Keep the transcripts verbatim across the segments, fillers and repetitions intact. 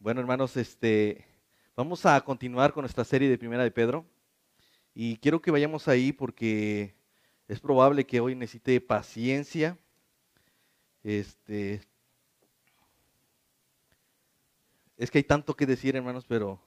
Bueno, hermanos, este, vamos a continuar con nuestra serie de Primera de Pedro y quiero que vayamos ahí porque es probable que hoy necesite paciencia. Este, es que hay tanto que decir, hermanos, pero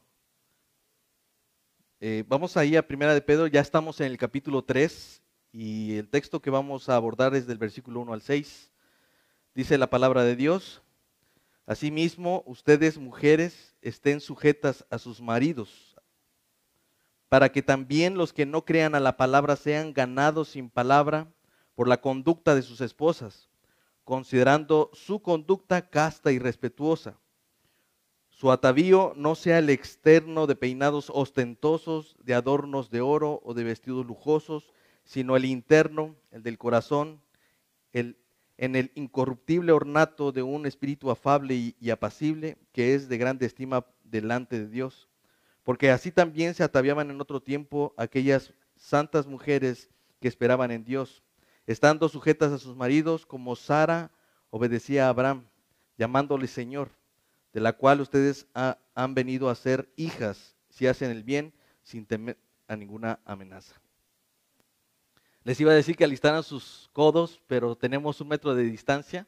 eh, vamos ahí a Primera de Pedro. Ya estamos en el capítulo tres y el texto que vamos a abordar es del versículo uno al seis. Dice la palabra de Dios: Asimismo, ustedes mujeres estén sujetas a sus maridos, para que también los que no crean a la palabra sean ganados sin palabra por la conducta de sus esposas, considerando su conducta casta y respetuosa. Su atavío no sea el externo de peinados ostentosos, de adornos de oro o de vestidos lujosos, sino el interno, el del corazón, el, en el incorruptible ornato de un espíritu afable y, y apacible, que es de grande estima delante de Dios. Porque así también se ataviaban en otro tiempo aquellas santas mujeres que esperaban en Dios, estando sujetas a sus maridos, como Sara obedecía a Abraham, llamándole Señor, de la cual ustedes ha, han venido a ser hijas, si hacen el bien, sin temer a ninguna amenaza. Les iba a decir que alistaran sus codos, pero tenemos un metro de distancia.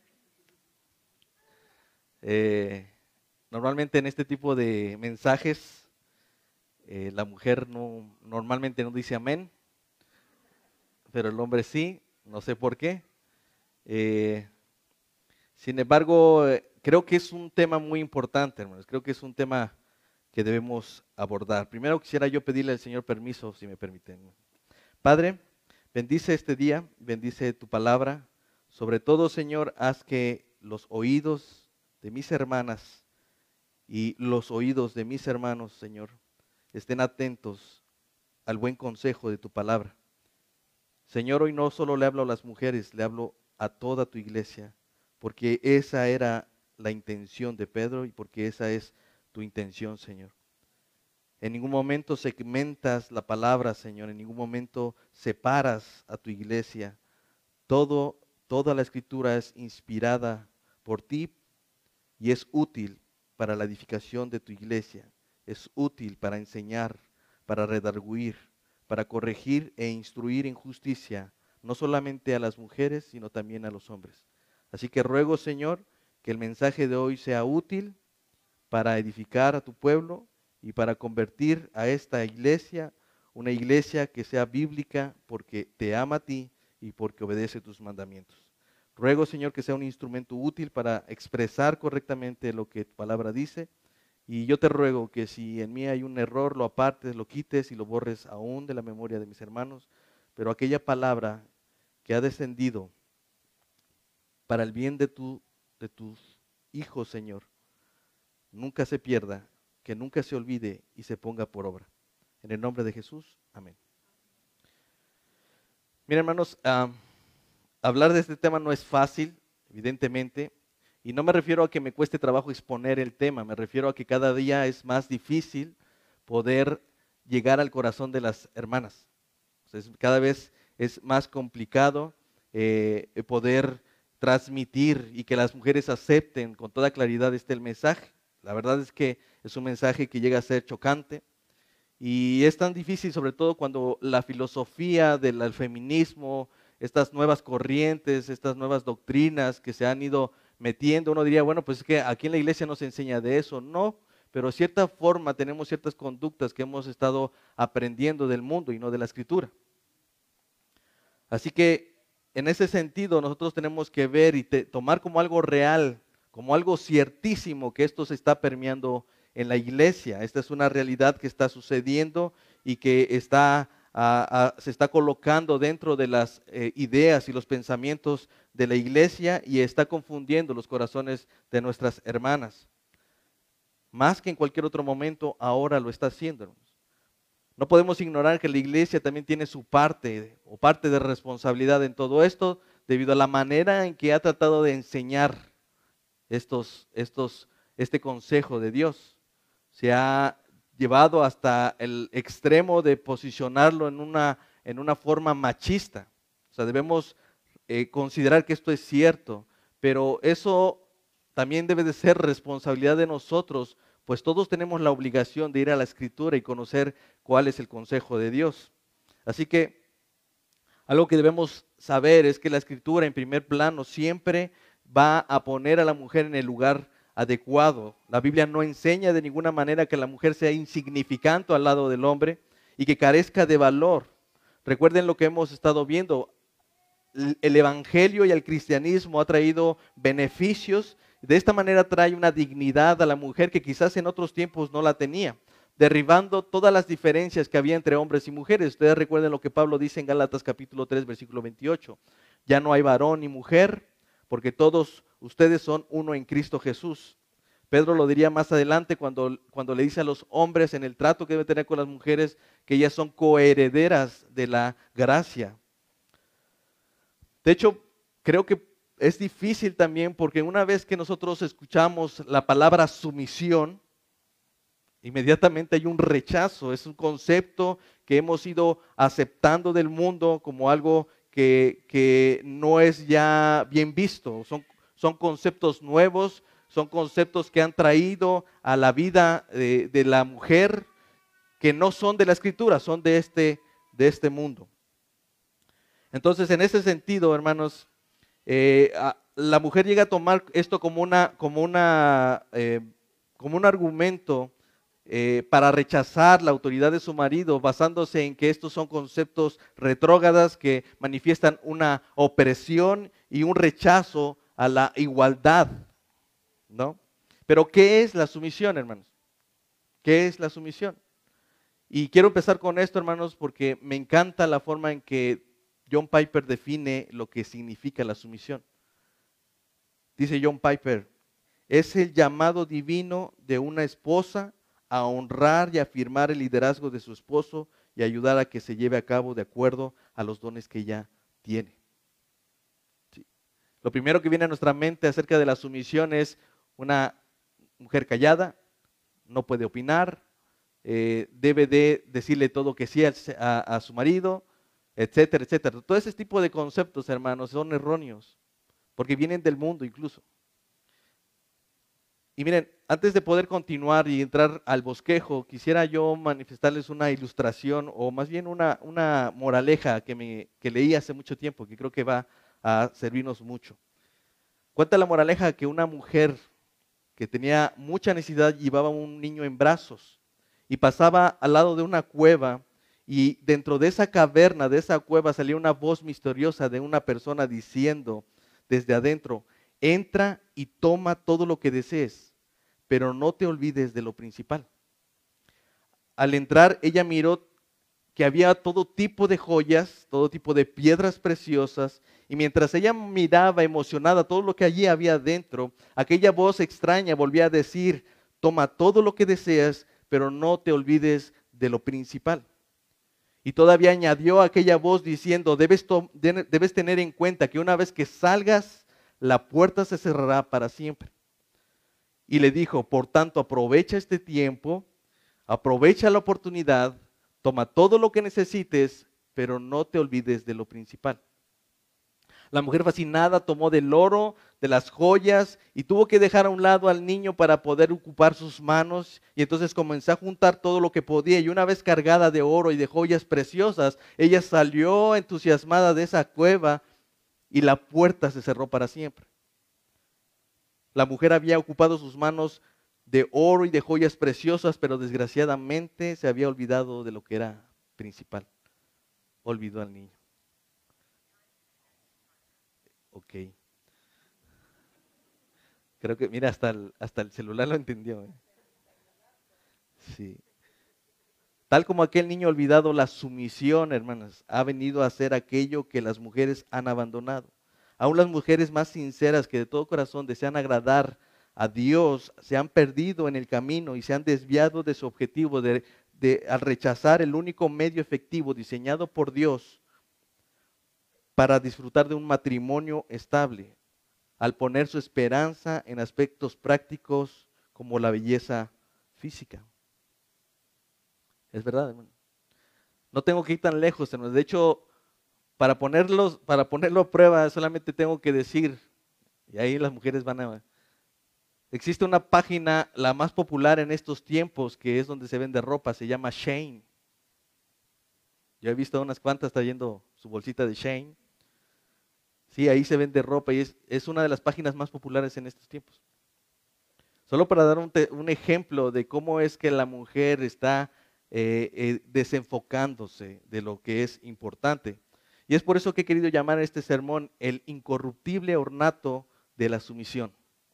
Eh, normalmente en este tipo de mensajes, Eh, la mujer no, normalmente no dice amén, pero el hombre sí, no sé por qué. Eh, sin embargo, eh, creo que es un tema muy importante, hermanos. Creo que es un tema que debemos abordar. Primero quisiera yo pedirle al Señor permiso, si me permiten. Padre, bendice este día, bendice tu palabra. Sobre todo, Señor, haz que los oídos de mis hermanas y los oídos de mis hermanos, Señor, estén atentos al buen consejo de tu palabra. Señor, hoy no solo le hablo a las mujeres, le hablo a toda tu iglesia, porque esa era la intención de Pedro y porque esa es tu intención, Señor. En ningún momento segmentas la palabra, Señor, en ningún momento separas a tu iglesia. Todo, toda la escritura es inspirada por ti y es útil para la edificación de tu iglesia. Es útil para enseñar, para redarguir, para corregir e instruir en justicia, no solamente a las mujeres, sino también a los hombres. Así que ruego, Señor, que el mensaje de hoy sea útil para edificar a tu pueblo y para convertir a esta iglesia, una iglesia que sea bíblica porque te ama a ti y porque obedece tus mandamientos. Ruego, Señor, que sea un instrumento útil para expresar correctamente lo que tu palabra dice. Y yo te ruego que si en mí hay un error, lo apartes, lo quites y lo borres aún de la memoria de mis hermanos. Pero aquella palabra que ha descendido para el bien de, tu, de tus hijos, Señor, nunca se pierda, que nunca se olvide y se ponga por obra. En el nombre de Jesús, amén. Miren, hermanos, uh, hablar de este tema no es fácil, evidentemente. Y no me refiero a que me cueste trabajo exponer el tema, me refiero a que cada día es más difícil poder llegar al corazón de las hermanas. Entonces, cada vez es más complicado eh, poder transmitir y que las mujeres acepten con toda claridad este el mensaje. La verdad es que es un mensaje que llega a ser chocante y es tan difícil, sobre todo cuando la filosofía del feminismo, estas nuevas corrientes, estas nuevas doctrinas que se han ido metiendo, uno diría, bueno, pues es que aquí en la iglesia no se enseña de eso. No, pero de cierta forma tenemos ciertas conductas que hemos estado aprendiendo del mundo y no de la escritura. Así que en ese sentido nosotros tenemos que ver y te, tomar como algo real, como algo ciertísimo que esto se está permeando en la iglesia. Esta es una realidad que está sucediendo y que está A, a, se está colocando dentro de las eh, ideas y los pensamientos de la iglesia y está confundiendo los corazones de nuestras hermanas. Más que en cualquier otro momento, ahora lo está haciendo, hermanos. No podemos ignorar que la iglesia también tiene su parte o parte de responsabilidad en todo esto debido a la manera en que ha tratado de enseñar estos, estos, este consejo de Dios. Se ha llevado hasta el extremo de posicionarlo en una, en una forma machista. O sea, debemos eh, considerar que esto es cierto, pero eso también debe de ser responsabilidad de nosotros pues todos tenemos la obligación de ir a la Escritura y conocer cuál es el consejo de Dios. Así que algo que debemos saber es que la Escritura en primer plano siempre va a poner a la mujer en el lugar adecuado. La Biblia no enseña de ninguna manera que la mujer sea insignificante al lado del hombre y que carezca de valor. Recuerden lo que hemos estado viendo. El Evangelio y el cristianismo ha traído beneficios. De esta manera trae una dignidad a la mujer que quizás en otros tiempos no la tenía, derribando todas las diferencias que había entre hombres y mujeres. Ustedes recuerden lo que Pablo dice en Gálatas capítulo tres, versículo veintiocho. Ya no hay varón ni mujer, porque todos ustedes son uno en Cristo Jesús. Pedro lo diría más adelante cuando, cuando le dice a los hombres en el trato que deben tener con las mujeres que ellas son coherederas de la gracia. De hecho, creo que es difícil también porque una vez que nosotros escuchamos la palabra sumisión, inmediatamente hay un rechazo. Es un concepto que hemos ido aceptando del mundo como algo que, que no es ya bien visto. Son, son conceptos nuevos, son conceptos que han traído a la vida de, de la mujer que no son de la Escritura, son de este, de este mundo. Entonces, en ese sentido, hermanos, eh, a, la mujer llega a tomar esto como, una, como, una, eh, como un argumento eh, para rechazar la autoridad de su marido, basándose en que estos son conceptos retrógradas que manifiestan una opresión y un rechazo a la igualdad, ¿no? Pero ¿qué es la sumisión, hermanos? ¿Qué es la sumisión? Y quiero empezar con esto, hermanos, porque me encanta la forma en que John Piper define lo que significa la sumisión. Dice John Piper, es el llamado divino de una esposa a honrar y afirmar el liderazgo de su esposo y ayudar a que se lleve a cabo de acuerdo a los dones que ella tiene. Sí. Lo primero que viene a nuestra mente acerca de la sumisión es una mujer callada, no puede opinar, eh, debe de decirle todo que sí a, a, a su marido, etcétera, etcétera. Todo ese tipo de conceptos, hermanos, son erróneos, porque vienen del mundo incluso. Y miren, antes de poder continuar y entrar al bosquejo, quisiera yo manifestarles una ilustración, o más bien una, una moraleja que, me, que leí hace mucho tiempo, que creo que va a servirnos mucho. Cuenta la moraleja que una mujer que tenía mucha necesidad llevaba un niño en brazos y pasaba al lado de una cueva, y dentro de esa caverna, de esa cueva, salía una voz misteriosa de una persona diciendo desde adentro, entra y toma todo lo que desees, pero no te olvides de lo principal. Al entrar, ella miró que había todo tipo de joyas, todo tipo de piedras preciosas, y mientras ella miraba emocionada todo lo que allí había dentro, aquella voz extraña volvía a decir, toma todo lo que deseas, pero no te olvides de lo principal. Y todavía añadió aquella voz diciendo, debes, debes tener en cuenta que una vez que salgas, la puerta se cerrará para siempre. Y le dijo, por tanto, aprovecha este tiempo, aprovecha la oportunidad, toma todo lo que necesites, pero no te olvides de lo principal. La mujer fascinada tomó del oro, de las joyas, y tuvo que dejar a un lado al niño para poder ocupar sus manos, y entonces comenzó a juntar todo lo que podía, y una vez cargada de oro y de joyas preciosas, ella salió entusiasmada de esa cueva, y la puerta se cerró para siempre. La mujer había ocupado sus manos de oro y de joyas preciosas, pero desgraciadamente se había olvidado de lo que era principal. Olvidó al niño. Ok. Creo que, mira, hasta el, hasta el celular lo entendió. ¿eh? Sí. Tal como aquel niño olvidado, la sumisión, hermanas, ha venido a ser aquello que las mujeres han abandonado. Aún las mujeres más sinceras que de todo corazón desean agradar a Dios, se han perdido en el camino y se han desviado de su objetivo de, de, al rechazar el único medio efectivo diseñado por Dios para disfrutar de un matrimonio estable, al poner su esperanza en aspectos prácticos como la belleza física. Es verdad, hermano. No tengo que ir tan lejos, hermano. De hecho, para, ponerlos, para ponerlo a prueba, solamente tengo que decir, y ahí las mujeres van a... Existe una página, la más popular en estos tiempos, que es donde se vende ropa, se llama Shein. Yo he visto unas cuantas trayendo su bolsita de Shein. Sí, ahí se vende ropa y es, es una de las páginas más populares en estos tiempos. Solo para dar un, te, un ejemplo de cómo es que la mujer está eh, eh, desenfocándose de lo que es importante. Y es por eso que he querido llamar a este sermón el incorruptible ornato de la sumisión.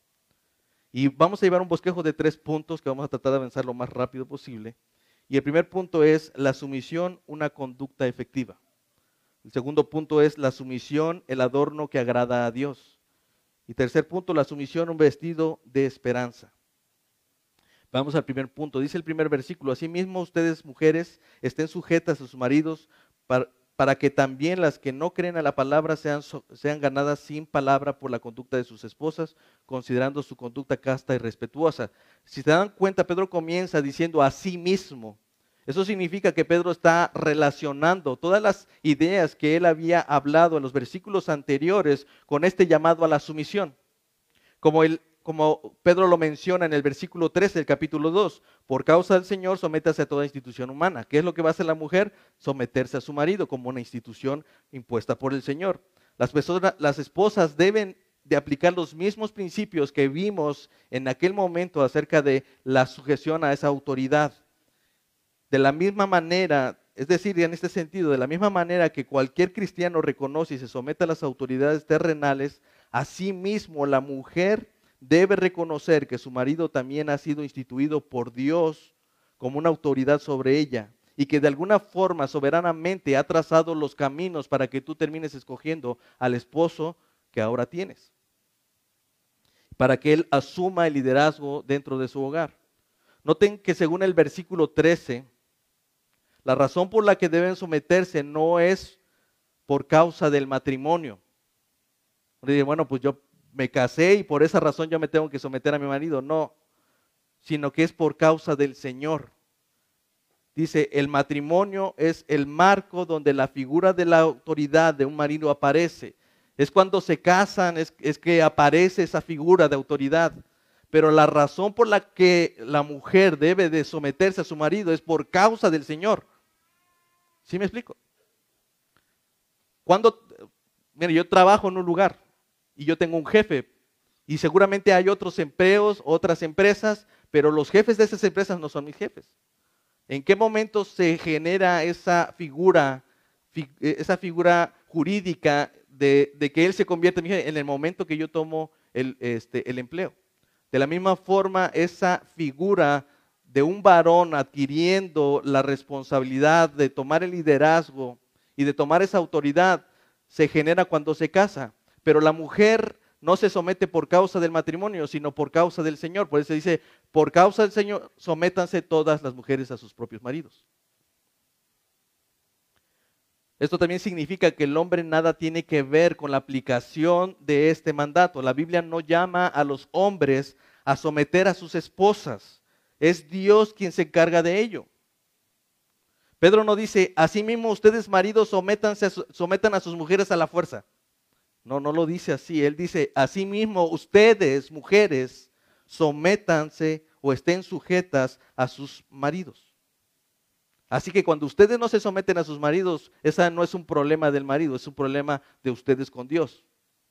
Y vamos a llevar un bosquejo de tres puntos que vamos a tratar de avanzar lo más rápido posible. Y el primer punto es la sumisión, una conducta efectiva. El segundo punto es la sumisión, el adorno que agrada a Dios. Y tercer punto, la sumisión, un vestido de esperanza. Vamos al primer punto. Dice el primer versículo: asimismo ustedes, mujeres, estén sujetas a sus maridos para, para que también las que no creen a la palabra sean, sean ganadas sin palabra por la conducta de sus esposas, considerando su conducta casta y respetuosa. Si se dan cuenta, Pedro comienza diciendo asimismo. Eso significa que Pedro está relacionando todas las ideas que él había hablado en los versículos anteriores con este llamado a la sumisión. Como, el, como Pedro lo menciona en el versículo trece del capítulo dos, por causa del Señor sométase a toda institución humana. ¿Qué es lo que va a hacer la mujer? Someterse a su marido como una institución impuesta por el Señor. Las, personas, las esposas deben de aplicar los mismos principios que vimos en aquel momento acerca de la sujeción a esa autoridad. De la misma manera, es decir, en este sentido, de la misma manera que cualquier cristiano reconoce y se somete a las autoridades terrenales, asimismo la mujer debe reconocer que su marido también ha sido instituido por Dios como una autoridad sobre ella y que de alguna forma soberanamente ha trazado los caminos para que tú termines escogiendo al esposo que ahora tienes, para que él asuma el liderazgo dentro de su hogar. Noten que según el versículo trece, la razón por la que deben someterse no es por causa del matrimonio. Bueno, pues yo me casé y por esa razón yo me tengo que someter a mi marido. No, sino que es por causa del Señor. Dice, el matrimonio es el marco donde la figura de la autoridad de un marido aparece. Es cuando se casan, es, es que aparece esa figura de autoridad. Pero la razón por la que la mujer debe de someterse a su marido es por causa del Señor. ¿Sí me explico? Cuando, mire, yo trabajo en un lugar y yo tengo un jefe y seguramente hay otros empleos, otras empresas, pero los jefes de esas empresas no son mis jefes. ¿En qué momento se genera esa figura, esa figura jurídica de, de que él se convierte en mi jefe? En el momento que yo tomo el, este, el empleo. De la misma forma, esa figura de un varón adquiriendo la responsabilidad de tomar el liderazgo y de tomar esa autoridad se genera cuando se casa. Pero la mujer no se somete por causa del matrimonio, sino por causa del Señor. Por eso dice, por causa del Señor, sométanse todas las mujeres a sus propios maridos. Esto también significa que el hombre nada tiene que ver con la aplicación de este mandato. La Biblia no llama a los hombres a someter a sus esposas. Es Dios quien se encarga de ello. Pedro no dice, asimismo ustedes maridos sométanse a su, sometan a sus mujeres a la fuerza. No, no lo dice así. Él dice, asimismo ustedes mujeres sométanse o estén sujetas a sus maridos. Así que cuando ustedes no se someten a sus maridos, esa no es un problema del marido, es un problema de ustedes con Dios.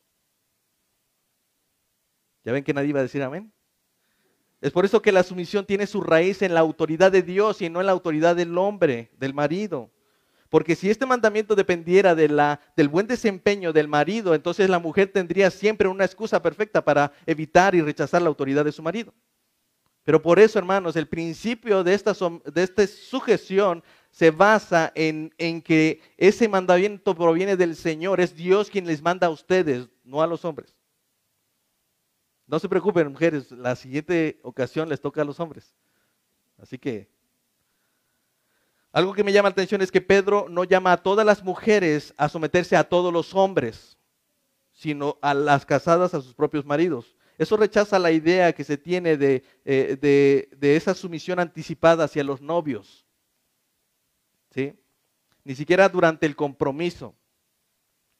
¿Ya ven que nadie iba a decir amén? Es por eso que la sumisión tiene su raíz en la autoridad de Dios y no en la autoridad del hombre, del marido. Porque si este mandamiento dependiera de la, del buen desempeño del marido, entonces la mujer tendría siempre una excusa perfecta para evitar y rechazar la autoridad de su marido. Pero por eso, hermanos, el principio de esta, de esta sujeción se basa en, en que ese mandamiento proviene del Señor. Es Dios quien les manda a ustedes, no a los hombres. No se preocupen, mujeres, la siguiente ocasión les toca a los hombres. Así que, algo que me llama la atención es que Pedro no llama a todas las mujeres a someterse a todos los hombres, sino a las casadas a sus propios maridos. Eso rechaza la idea que se tiene de, eh, de, de esa sumisión anticipada hacia los novios. ¿Sí? Ni siquiera durante el compromiso.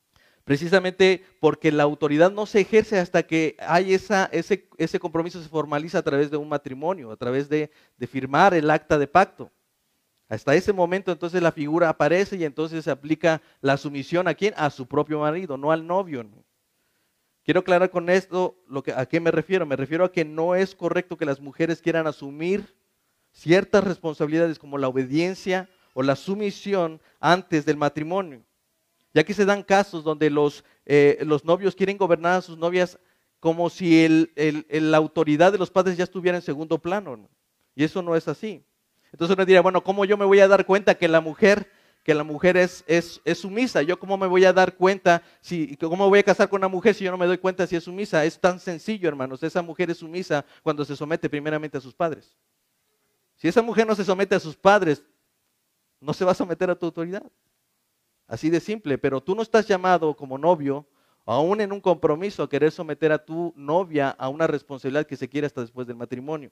Precisamente porque la autoridad no se ejerce hasta que hay esa, ese, ese compromiso se formaliza a través de un matrimonio, a través de, de firmar el acta de pacto. Hasta ese momento entonces la figura aparece y entonces se aplica la sumisión ¿a quién? A su propio marido, no al novio. ¿No? Quiero aclarar con esto lo que, a qué me refiero. Me refiero a que no es correcto que las mujeres quieran asumir ciertas responsabilidades como la obediencia o la sumisión antes del matrimonio. Ya que se dan casos donde los, eh, los novios quieren gobernar a sus novias como si el, el, el, la autoridad de los padres ya estuviera en segundo plano, ¿no? Y eso no es así. Entonces uno diría, bueno, ¿cómo yo me voy a dar cuenta que la mujer, que la mujer es, es, es sumisa? ¿Yo cómo me voy a dar cuenta, si, cómo me voy a casar con una mujer si yo no me doy cuenta si es sumisa? Es tan sencillo, hermanos. Esa mujer es sumisa cuando se somete primeramente a sus padres. Si esa mujer no se somete a sus padres, no se va a someter a tu autoridad. Así de simple, pero tú no estás llamado como novio, aún en un compromiso, a querer someter a tu novia a una responsabilidad que se quiere hasta después del matrimonio.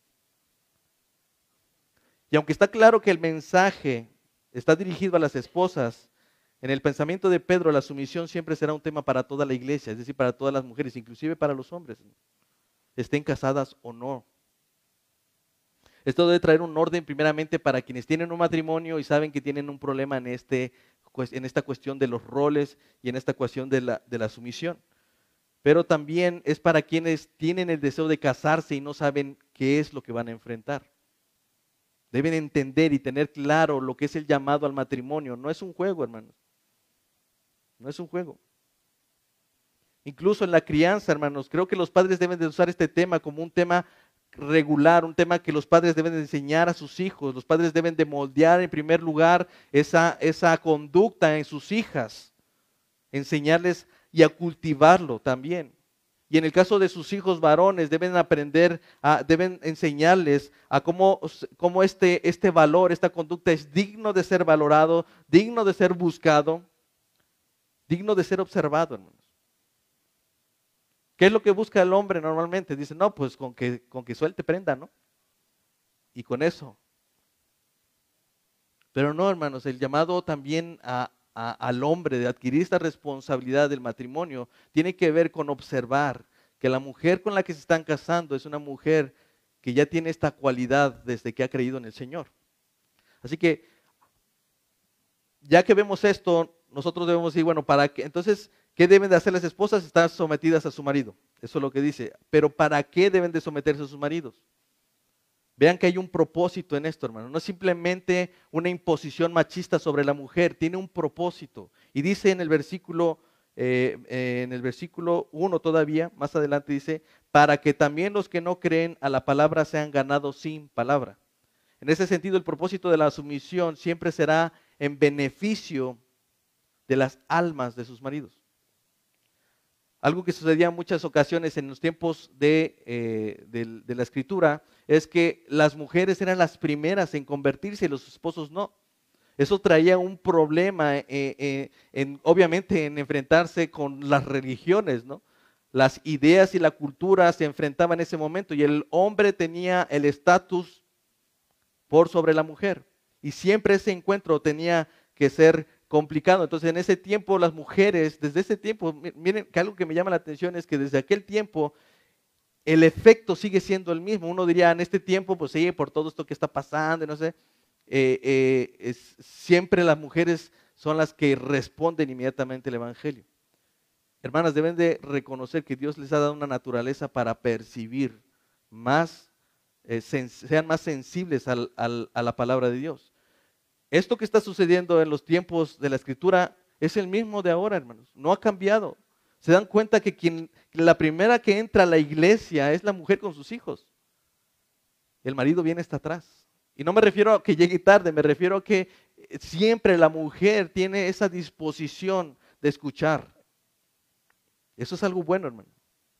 Y aunque está claro que el mensaje está dirigido a las esposas, en el pensamiento de Pedro la sumisión siempre será un tema para toda la iglesia, es decir, para todas las mujeres, inclusive para los hombres, estén casadas o no. Esto debe traer un orden primeramente para quienes tienen un matrimonio y saben que tienen un problema en, este, en esta cuestión de los roles y en esta cuestión de la, de la sumisión. Pero también es para quienes tienen el deseo de casarse y no saben qué es lo que van a enfrentar. Deben entender y tener claro lo que es el llamado al matrimonio. No es un juego, hermanos. No es un juego. Incluso en la crianza, hermanos, creo que los padres deben de usar este tema como un tema regular, un tema que los padres deben de enseñar a sus hijos. Los padres deben de moldear en primer lugar esa, esa conducta en sus hijas, enseñarles y a cultivarlo también. Y en el caso de sus hijos varones, deben aprender, a, deben enseñarles a cómo, cómo este, este valor, esta conducta es digno de ser valorado, digno de ser buscado, digno de ser observado, hermanos. ¿Qué es lo que busca el hombre normalmente? Dice, no, pues con que, con que suelte prenda, ¿no? Y con eso. Pero no, hermanos, el llamado también a, a, al hombre de adquirir esta responsabilidad del matrimonio tiene que ver con observar que la mujer con la que se están casando es una mujer que ya tiene esta cualidad desde que ha creído en el Señor. Así que, ya que vemos esto, nosotros debemos decir, bueno, ¿para qué? Entonces, ¿qué deben de hacer las esposas? Estar sometidas a su marido. Eso es lo que dice. Pero ¿para qué deben de someterse a sus maridos? Vean que hay un propósito en esto, hermano. No es simplemente una imposición machista sobre la mujer, tiene un propósito. Y dice en el versículo, eh, eh, en el versículo uno todavía, más adelante dice, para que también los que no creen a la palabra sean ganados sin palabra. En ese sentido, el propósito de la sumisión siempre será en beneficio de las almas de sus maridos. Algo que sucedía en muchas ocasiones en los tiempos de, eh, de, de la escritura es que las mujeres eran las primeras en convertirse y los esposos no. Eso traía un problema, eh, eh, en, obviamente, en enfrentarse con las religiones, ¿no? Las ideas y la cultura se enfrentaban en ese momento y el hombre tenía el estatus por sobre la mujer. Y siempre ese encuentro tenía que ser complicado. Entonces en ese tiempo las mujeres, desde ese tiempo, miren que algo que me llama la atención es que desde aquel tiempo el efecto sigue siendo el mismo. Uno diría en este tiempo, pues sí, por todo esto que está pasando, no sé, eh, eh, es, siempre las mujeres son las que responden inmediatamente al evangelio. Hermanas, deben de reconocer que Dios les ha dado una naturaleza para percibir más, eh, sen, sean más sensibles al, al, a la palabra de Dios. Esto que está sucediendo en los tiempos de la Escritura es el mismo de ahora, hermanos. No ha cambiado. Se dan cuenta que quien, la primera que entra a la iglesia es la mujer con sus hijos. El marido viene hasta atrás. Y no me refiero a que llegue tarde, me refiero a que siempre la mujer tiene esa disposición de escuchar. Eso es algo bueno, hermano.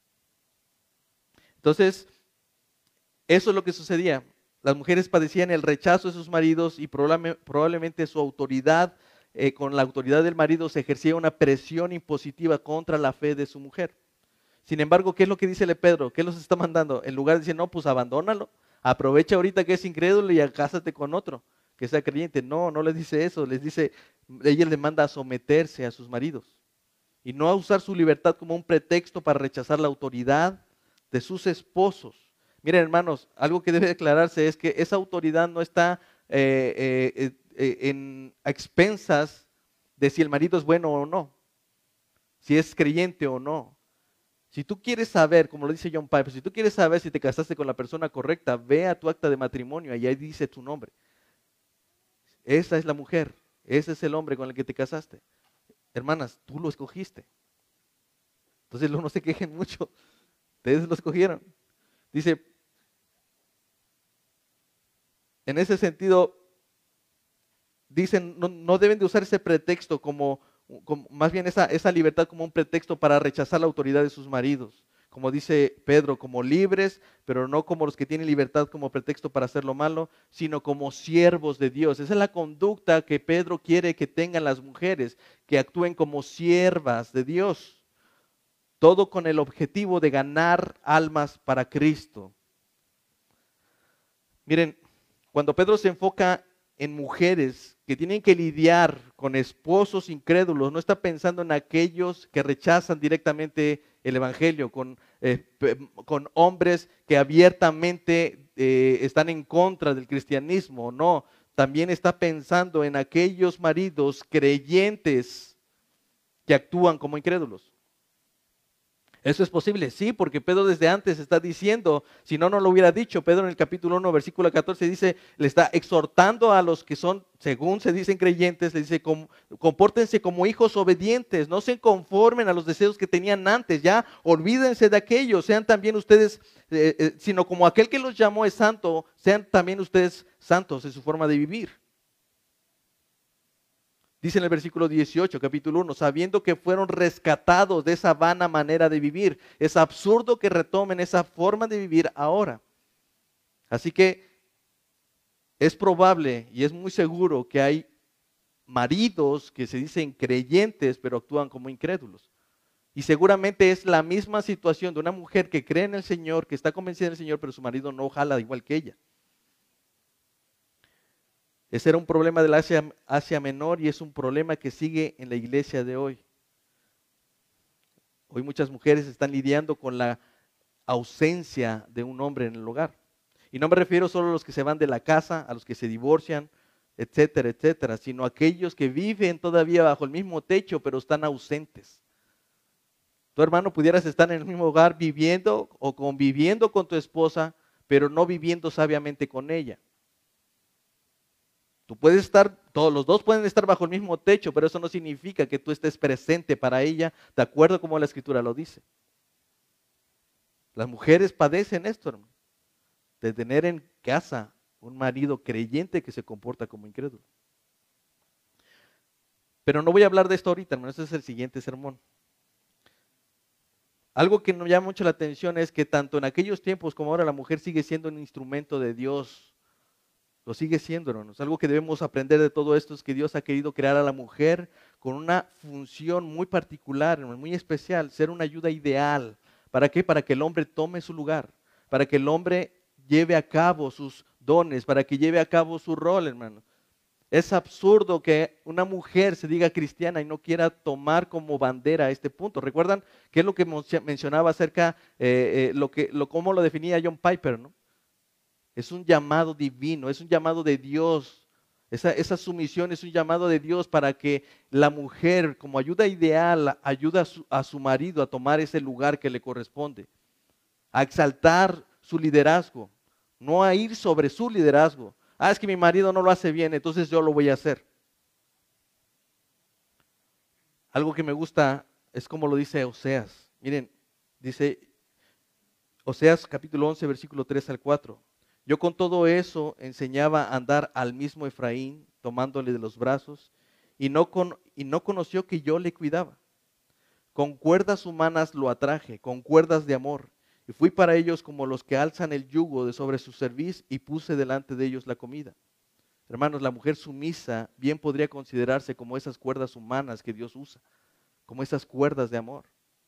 Entonces, eso es lo que sucedía. Las mujeres padecían el rechazo de sus maridos y probablemente su autoridad, eh, con la autoridad del marido se ejercía una presión impositiva contra la fe de su mujer. Sin embargo, ¿qué es lo que dice Pedro? ¿Qué los está mandando? En lugar de decir, no, pues abandónalo, aprovecha ahorita que es incrédulo y cásate con otro, que sea creyente. No, no les dice eso, les dice, ella les manda a someterse a sus maridos. y no a usar su libertad como un pretexto para rechazar la autoridad de sus esposos. Miren, hermanos, algo que debe declararse es que esa autoridad no está eh, eh, eh, en a expensas de si el marido es bueno o no, si es creyente o no. Si tú quieres saber, como lo dice John Piper, si tú quieres saber si te casaste con la persona correcta, ve a tu acta de matrimonio y ahí dice tu nombre. Esa es la mujer, ese es el hombre con el que te casaste. Hermanas, tú lo escogiste. Entonces no se quejen mucho, ustedes lo escogieron. Dice, en ese sentido, dicen, no, no deben de usar ese pretexto como, como más bien esa, esa libertad como un pretexto para rechazar la autoridad de sus maridos. Como dice Pedro, como libres, pero no como los que tienen libertad como pretexto para hacer lo malo, sino como siervos de Dios. Esa es la conducta que Pedro quiere que tengan las mujeres, que actúen como siervas de Dios. Todo con el objetivo de ganar almas para Cristo. Miren, cuando Pedro se enfoca en mujeres que tienen que lidiar con esposos incrédulos, no está pensando en aquellos que rechazan directamente el evangelio, con, eh, con hombres que abiertamente eh, están en contra del cristianismo, no, también está pensando en aquellos maridos creyentes que actúan como incrédulos. ¿Eso es posible? Sí, porque Pedro desde antes está diciendo, si no, no lo hubiera dicho. Pedro en el capítulo uno, versículo catorce dice, le está exhortando a los que son, según se dicen creyentes, le dice, compórtense como hijos obedientes, no se conformen a los deseos que tenían antes, ya olvídense de aquello, sean también ustedes, eh, eh, sino como aquel que los llamó es santo, sean también ustedes santos en su forma de vivir. Dice en el versículo dieciocho, capítulo uno, sabiendo que fueron rescatados de esa vana manera de vivir. Es absurdo que retomen esa forma de vivir ahora. Así que es probable y es muy seguro que hay maridos que se dicen creyentes, pero actúan como incrédulos. Y seguramente es la misma situación de una mujer que cree en el Señor, que está convencida del Señor, pero su marido no jala igual que ella. Ese era un problema del Asia, Asia Menor y es un problema que sigue en la iglesia de hoy. Hoy muchas mujeres están lidiando con la ausencia de un hombre en el hogar. Y no me refiero solo a los que se van de la casa, a los que se divorcian, etcétera, etcétera, sino a aquellos que viven todavía bajo el mismo techo, pero están ausentes. Tu hermano, pudieras estar en el mismo hogar viviendo o conviviendo con tu esposa, pero no viviendo sabiamente con ella. Tú puedes estar, todos los dos pueden estar bajo el mismo techo, pero eso no significa que tú estés presente para ella, de acuerdo como la Escritura lo dice. Las mujeres padecen esto, hermano, de tener en casa un marido creyente que se comporta como incrédulo. Pero no voy a hablar de esto ahorita, hermano, ese es el siguiente sermón. Algo que nos llama mucho la atención es que tanto en aquellos tiempos como ahora la mujer sigue siendo un instrumento de Dios. Lo sigue siendo, hermanos. Algo que debemos aprender de todo esto es que Dios ha querido crear a la mujer con una función muy particular, muy especial, ser una ayuda ideal. ¿Para qué? Para que el hombre tome su lugar, para que el hombre lleve a cabo sus dones, para que lleve a cabo su rol, hermano. Es absurdo que una mujer se diga cristiana y no quiera tomar como bandera este punto. ¿Recuerdan qué es lo que mencionaba acerca, eh, eh, lo que, lo, cómo lo definía John Piper, ¿no? Es un llamado divino, es un llamado de Dios. Esa, esa sumisión es un llamado de Dios para que la mujer, como ayuda ideal, ayude a su, a su marido a tomar ese lugar que le corresponde, a exaltar su liderazgo, no a ir sobre su liderazgo. Ah, es que mi marido no lo hace bien, entonces yo lo voy a hacer. Algo que me gusta es como lo dice Oseas. Miren, dice Oseas capítulo once, versículo tres al cuatro. Yo con todo eso enseñaba a andar al mismo Efraín, tomándole de los brazos, y no, con, y no conoció que yo le cuidaba. Con cuerdas humanas lo atraje, con cuerdas de amor, y fui para ellos como los que alzan el yugo de sobre su cerviz y puse delante de ellos la comida. Hermanos, la mujer sumisa bien podría considerarse como esas cuerdas humanas que Dios usa, como esas cuerdas de amor.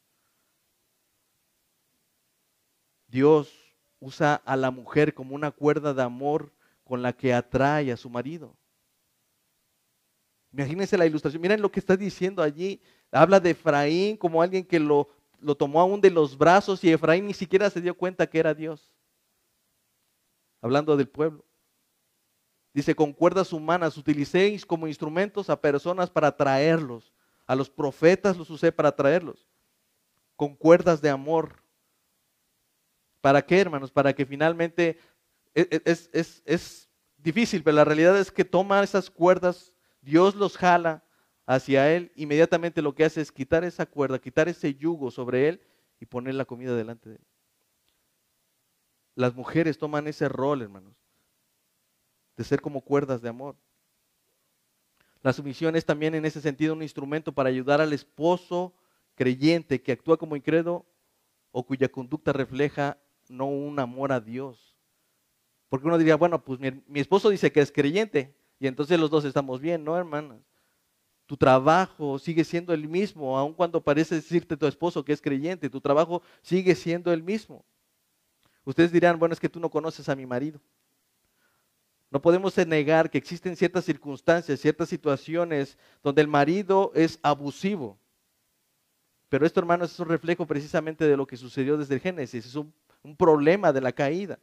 Dios usa a la mujer como una cuerda de amor con la que atrae a su marido. Imagínense la ilustración. Miren lo que está diciendo allí. Habla de Efraín como alguien que lo, lo tomó aún de los brazos y Efraín ni siquiera se dio cuenta que era Dios. Hablando del pueblo. Dice, con cuerdas humanas utilicéis como instrumentos a personas para traerlos. A los profetas los usé para traerlos. Con cuerdas de amor. ¿Para qué, hermanos? Para que finalmente, es, es, es, es difícil, pero la realidad es que toma esas cuerdas, Dios los jala hacia Él, inmediatamente lo que hace es quitar esa cuerda, quitar ese yugo sobre Él y poner la comida delante de Él. Las mujeres toman ese rol, hermanos, de ser como cuerdas de amor. La sumisión es también en ese sentido un instrumento para ayudar al esposo creyente que actúa como incrédulo o cuya conducta refleja no un amor a Dios. Porque uno diría, bueno, pues mi, mi esposo dice que es creyente y entonces los dos estamos bien. No, hermanas. Tu trabajo sigue siendo el mismo, aun cuando parece decirte tu esposo que es creyente, tu trabajo sigue siendo el mismo. Ustedes dirán, bueno, es que tú no conoces a mi marido. No podemos negar que existen ciertas circunstancias, ciertas situaciones donde el marido es abusivo. Pero esto, hermanos, es un reflejo precisamente de lo que sucedió desde el Génesis. Es un, un problema de la caída.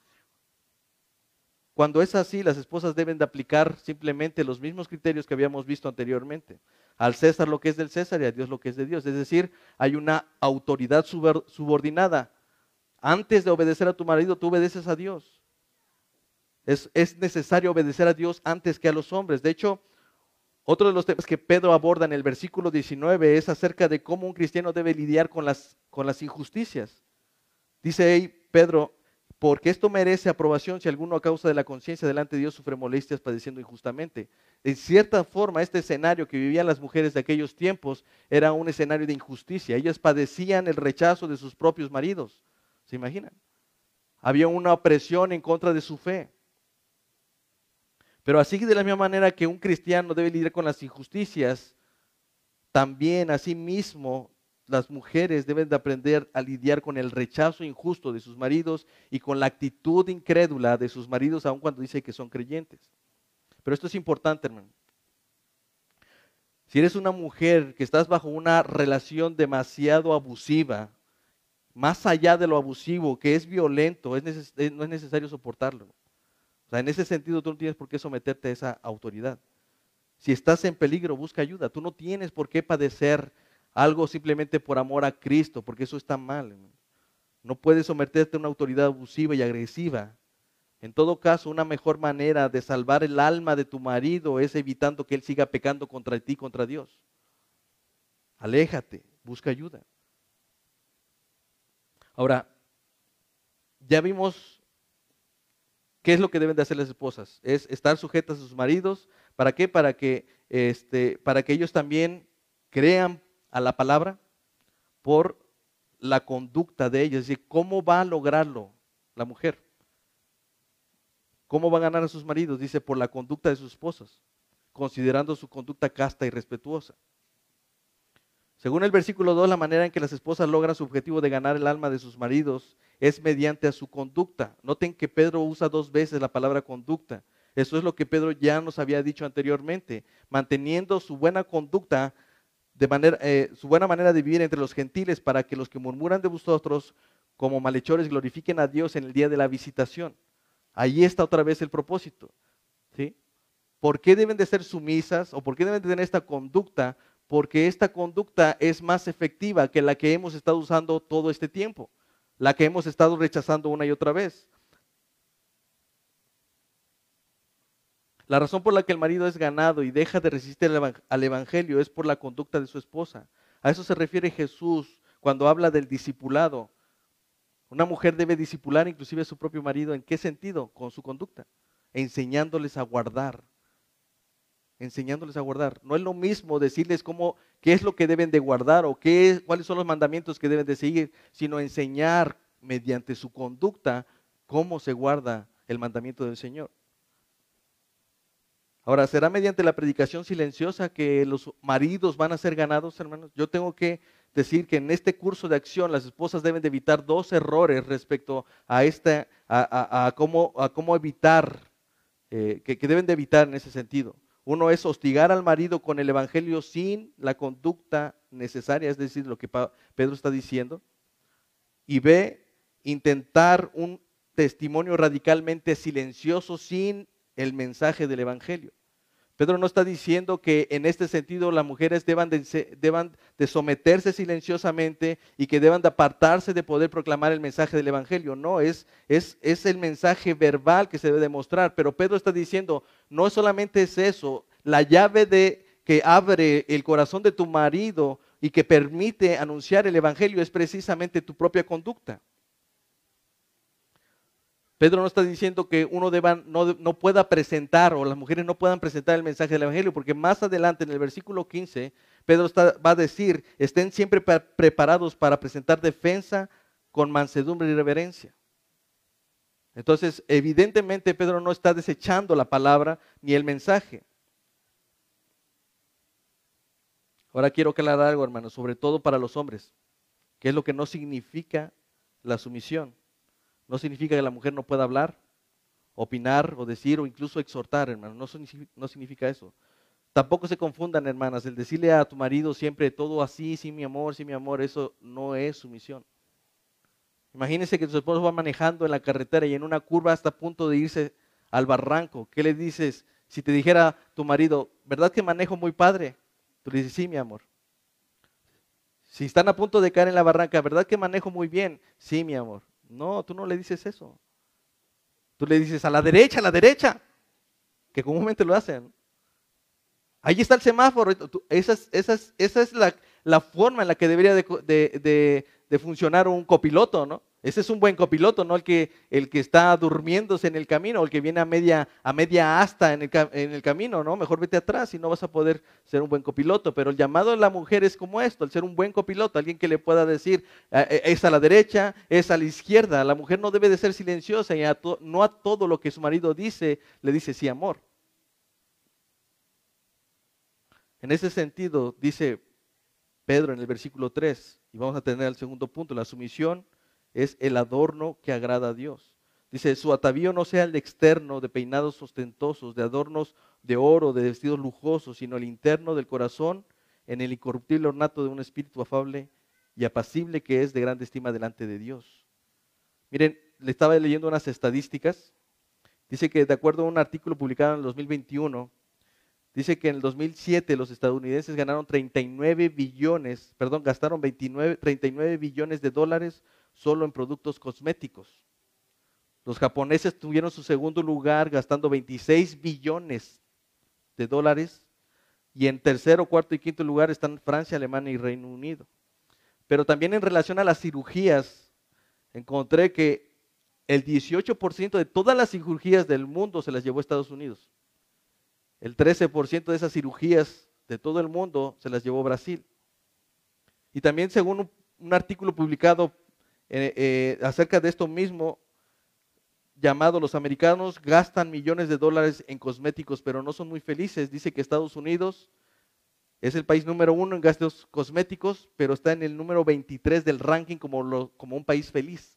Cuando es así, las esposas deben de aplicar simplemente los mismos criterios que habíamos visto anteriormente. Al César lo que es del César y a Dios lo que es de Dios. Es decir, hay una autoridad subordinada. Antes de obedecer a tu marido, tú obedeces a Dios. Es, es necesario obedecer a Dios antes que a los hombres. De hecho, otro de los temas que Pedro aborda en el versículo diecinueve es acerca de cómo un cristiano debe lidiar con las, con las injusticias. Dice ahí Pedro, porque esto merece aprobación si alguno a causa de la conciencia delante de Dios sufre molestias padeciendo injustamente. En cierta forma, este escenario que vivían las mujeres de aquellos tiempos era un escenario de injusticia. Ellas padecían el rechazo de sus propios maridos. ¿Se imaginan? Había una opresión en contra de su fe. Pero así de la misma manera que un cristiano debe lidiar con las injusticias, también asimismo las mujeres deben de aprender a lidiar con el rechazo injusto de sus maridos y con la actitud incrédula de sus maridos, aun cuando dice que son creyentes. Pero esto es importante, hermano. Si eres una mujer que estás bajo una relación demasiado abusiva, más allá de lo abusivo, que es violento, es neces- no es necesario soportarlo. O sea, en ese sentido tú no tienes por qué someterte a esa autoridad. Si estás en peligro, busca ayuda. Tú no tienes por qué padecer algo simplemente por amor a Cristo, porque eso está mal, hermano. No puedes someterte a una autoridad abusiva y agresiva. En todo caso, una mejor manera de salvar el alma de tu marido es evitando que él siga pecando contra ti, contra Dios. Aléjate, busca ayuda. Ahora, ya vimos qué es lo que deben de hacer las esposas. Es estar sujetas a sus maridos. ¿Para qué? Para que, este, para que ellos también crean a la palabra por la conducta de ellos. Es decir, ¿cómo va a lograrlo la mujer? ¿Cómo va a ganar a sus maridos? Dice, por la conducta de sus esposas, considerando su conducta casta y respetuosa. Según el versículo dos, la manera en que las esposas logran su objetivo de ganar el alma de sus maridos es mediante a su conducta. Noten que Pedro usa dos veces la palabra conducta. Eso es lo que Pedro ya nos había dicho anteriormente, manteniendo su buena conducta, de manera, eh, su buena manera de vivir entre los gentiles, para que los que murmuran de vosotros como malhechores glorifiquen a Dios en el día de la visitación. Ahí está otra vez el propósito, ¿sí? ¿Por qué deben de ser sumisas o por qué deben de tener esta conducta? Porque esta conducta es más efectiva que la que hemos estado usando todo este tiempo, la que hemos estado rechazando una y otra vez. La razón por la que el marido es ganado y deja de resistir al evangelio es por la conducta de su esposa. A eso se refiere Jesús cuando habla del discipulado. Una mujer debe discipular inclusive a su propio marido. ¿En qué sentido? Con su conducta, enseñándoles a guardar. enseñándoles a guardar. No es lo mismo decirles cómo, qué es lo que deben de guardar o qué es, cuáles son los mandamientos que deben de seguir, sino enseñar mediante su conducta cómo se guarda el mandamiento del Señor. Ahora, ¿será mediante la predicación silenciosa que los maridos van a ser ganados, hermanos? Yo tengo que decir que en este curso de acción las esposas deben de evitar dos errores respecto a, esta, a, a, a, cómo, a cómo evitar, eh, que, que deben de evitar en ese sentido. Uno es hostigar al marido con el evangelio sin la conducta necesaria, es decir, lo que Pedro está diciendo. Y B, intentar un testimonio radicalmente silencioso sin el mensaje del evangelio. Pedro no está diciendo que en este sentido las mujeres deban de, deban de someterse silenciosamente y que deban de apartarse de poder proclamar el mensaje del evangelio. No, es, es, es el mensaje verbal que se debe demostrar. Pero Pedro está diciendo, no solamente es eso, la llave de, que abre el corazón de tu marido y que permite anunciar el evangelio es precisamente tu propia conducta. Pedro no está diciendo que uno deba, no, no pueda presentar o las mujeres no puedan presentar el mensaje del evangelio, porque más adelante en el versículo quince, Pedro está, va a decir, estén siempre pre preparados para presentar defensa con mansedumbre y reverencia. Entonces, evidentemente Pedro no está desechando la palabra ni el mensaje. Ahora quiero aclarar algo, hermanos, sobre todo para los hombres, que es lo que no significa la sumisión. No significa que la mujer no pueda hablar, opinar o decir o incluso exhortar, hermano. No, no significa eso. Tampoco se confundan, hermanas. El decirle a tu marido siempre todo así, sí mi amor, sí mi amor, eso no es sumisión. Imagínense que tu esposo va manejando en la carretera y en una curva está a punto de irse al barranco. ¿Qué le dices? Si te dijera tu marido, ¿verdad que manejo muy padre? Tú le dices, sí mi amor. Si están a punto de caer en la barranca, ¿verdad que manejo muy bien? Sí mi amor. No, tú no le dices eso. Tú le dices a la derecha, a la derecha, que comúnmente lo hacen. Ahí está el semáforo. Esa es, esa es, esa es la, la forma en la que debería de, de, de, de funcionar un copiloto, ¿no? Ese es un buen copiloto, no el que, el que está durmiéndose en el camino, o el que viene a media, a media asta en el, en el camino, ¿no? Mejor vete atrás y no vas a poder ser un buen copiloto. Pero el llamado de la mujer es como esto, el ser un buen copiloto, alguien que le pueda decir, eh, es a la derecha, es a la izquierda. La mujer no debe de ser silenciosa y a to, no a todo lo que su marido dice, le dice sí, amor. En ese sentido, dice Pedro en el versículo tres, y vamos a tener el segundo punto, la sumisión es el adorno que agrada a Dios. Dice, su atavío no sea el externo de peinados ostentosos, de adornos de oro, de vestidos lujosos, sino el interno del corazón en el incorruptible ornato de un espíritu afable y apacible que es de grande estima delante de Dios. Miren, le estaba leyendo unas estadísticas. Dice que de acuerdo a un artículo publicado en el dos mil veintiuno, dice que en el dos mil siete los estadounidenses ganaron treinta y nueve billones, perdón, gastaron veintinueve, treinta y nueve billones de dólares solo en productos cosméticos. Los japoneses tuvieron su segundo lugar gastando veintiséis billones de dólares y en tercero, cuarto y quinto lugar están Francia, Alemania y Reino Unido. Pero también en relación a las cirugías, encontré que el dieciocho por ciento de todas las cirugías del mundo se las llevó a Estados Unidos. El trece por ciento de esas cirugías de todo el mundo se las llevó Brasil. Y también según un, un artículo publicado eh, eh, acerca de esto mismo, llamado Los americanos gastan millones de dólares en cosméticos, pero no son muy felices. Dice que Estados Unidos es el país número uno en gastos cosméticos, pero está en el número veintitrés del ranking como, lo, como un país feliz.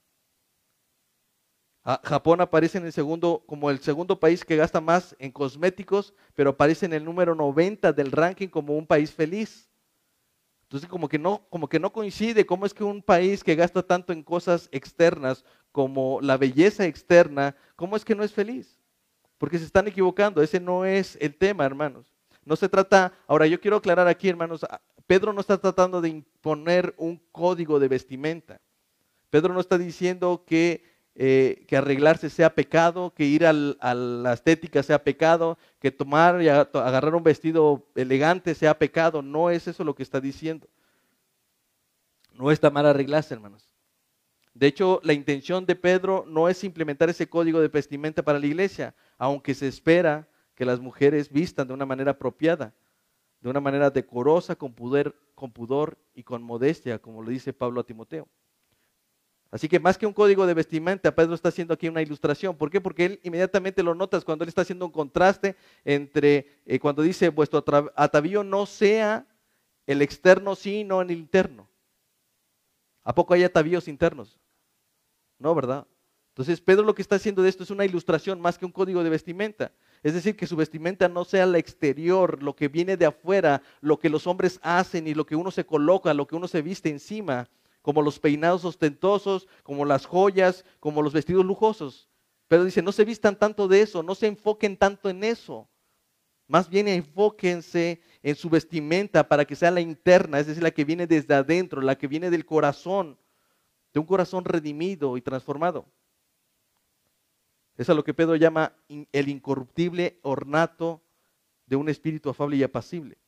Japón aparece en el segundo, como el segundo país que gasta más en cosméticos, pero aparece en el número noventa del ranking como un país feliz. Entonces como que no, como que no coincide. ¿Cómo es que un país que gasta tanto en cosas externas como la belleza externa, cómo es que no es feliz? Porque se están equivocando. Ese no es el tema, hermanos. No se trata, ahora yo quiero aclarar aquí, hermanos, Pedro no está tratando de imponer un código de vestimenta. Pedro no está diciendo que Eh, que arreglarse sea pecado, que ir al, a la estética sea pecado, que tomar y agarrar un vestido elegante sea pecado. No es eso lo que está diciendo. No está mal arreglarse, hermanos. De hecho, la intención de Pedro no es implementar ese código de vestimenta para la iglesia, aunque se espera que las mujeres vistan de una manera apropiada, de una manera decorosa, con pudor, con pudor y con modestia, como lo dice Pablo a Timoteo. Así que más que un código de vestimenta, Pedro está haciendo aquí una ilustración. ¿Por qué? Porque él inmediatamente lo notas cuando él está haciendo un contraste entre, eh, cuando dice, vuestro atavío no sea el externo, sino el interno. ¿A poco hay atavíos internos? No, ¿verdad? Entonces Pedro lo que está haciendo de esto es una ilustración más que un código de vestimenta. Es decir, que su vestimenta no sea la exterior, lo que viene de afuera, lo que los hombres hacen y lo que uno se coloca, lo que uno se viste encima, como los peinados ostentosos, como las joyas, como los vestidos lujosos. Pero dice, no se vistan tanto de eso, no se enfoquen tanto en eso. Más bien enfóquense en su vestimenta para que sea la interna, es decir, la que viene desde adentro, la que viene del corazón, de un corazón redimido y transformado. Eso es lo que Pedro llama el incorruptible ornato de un espíritu afable y apacible.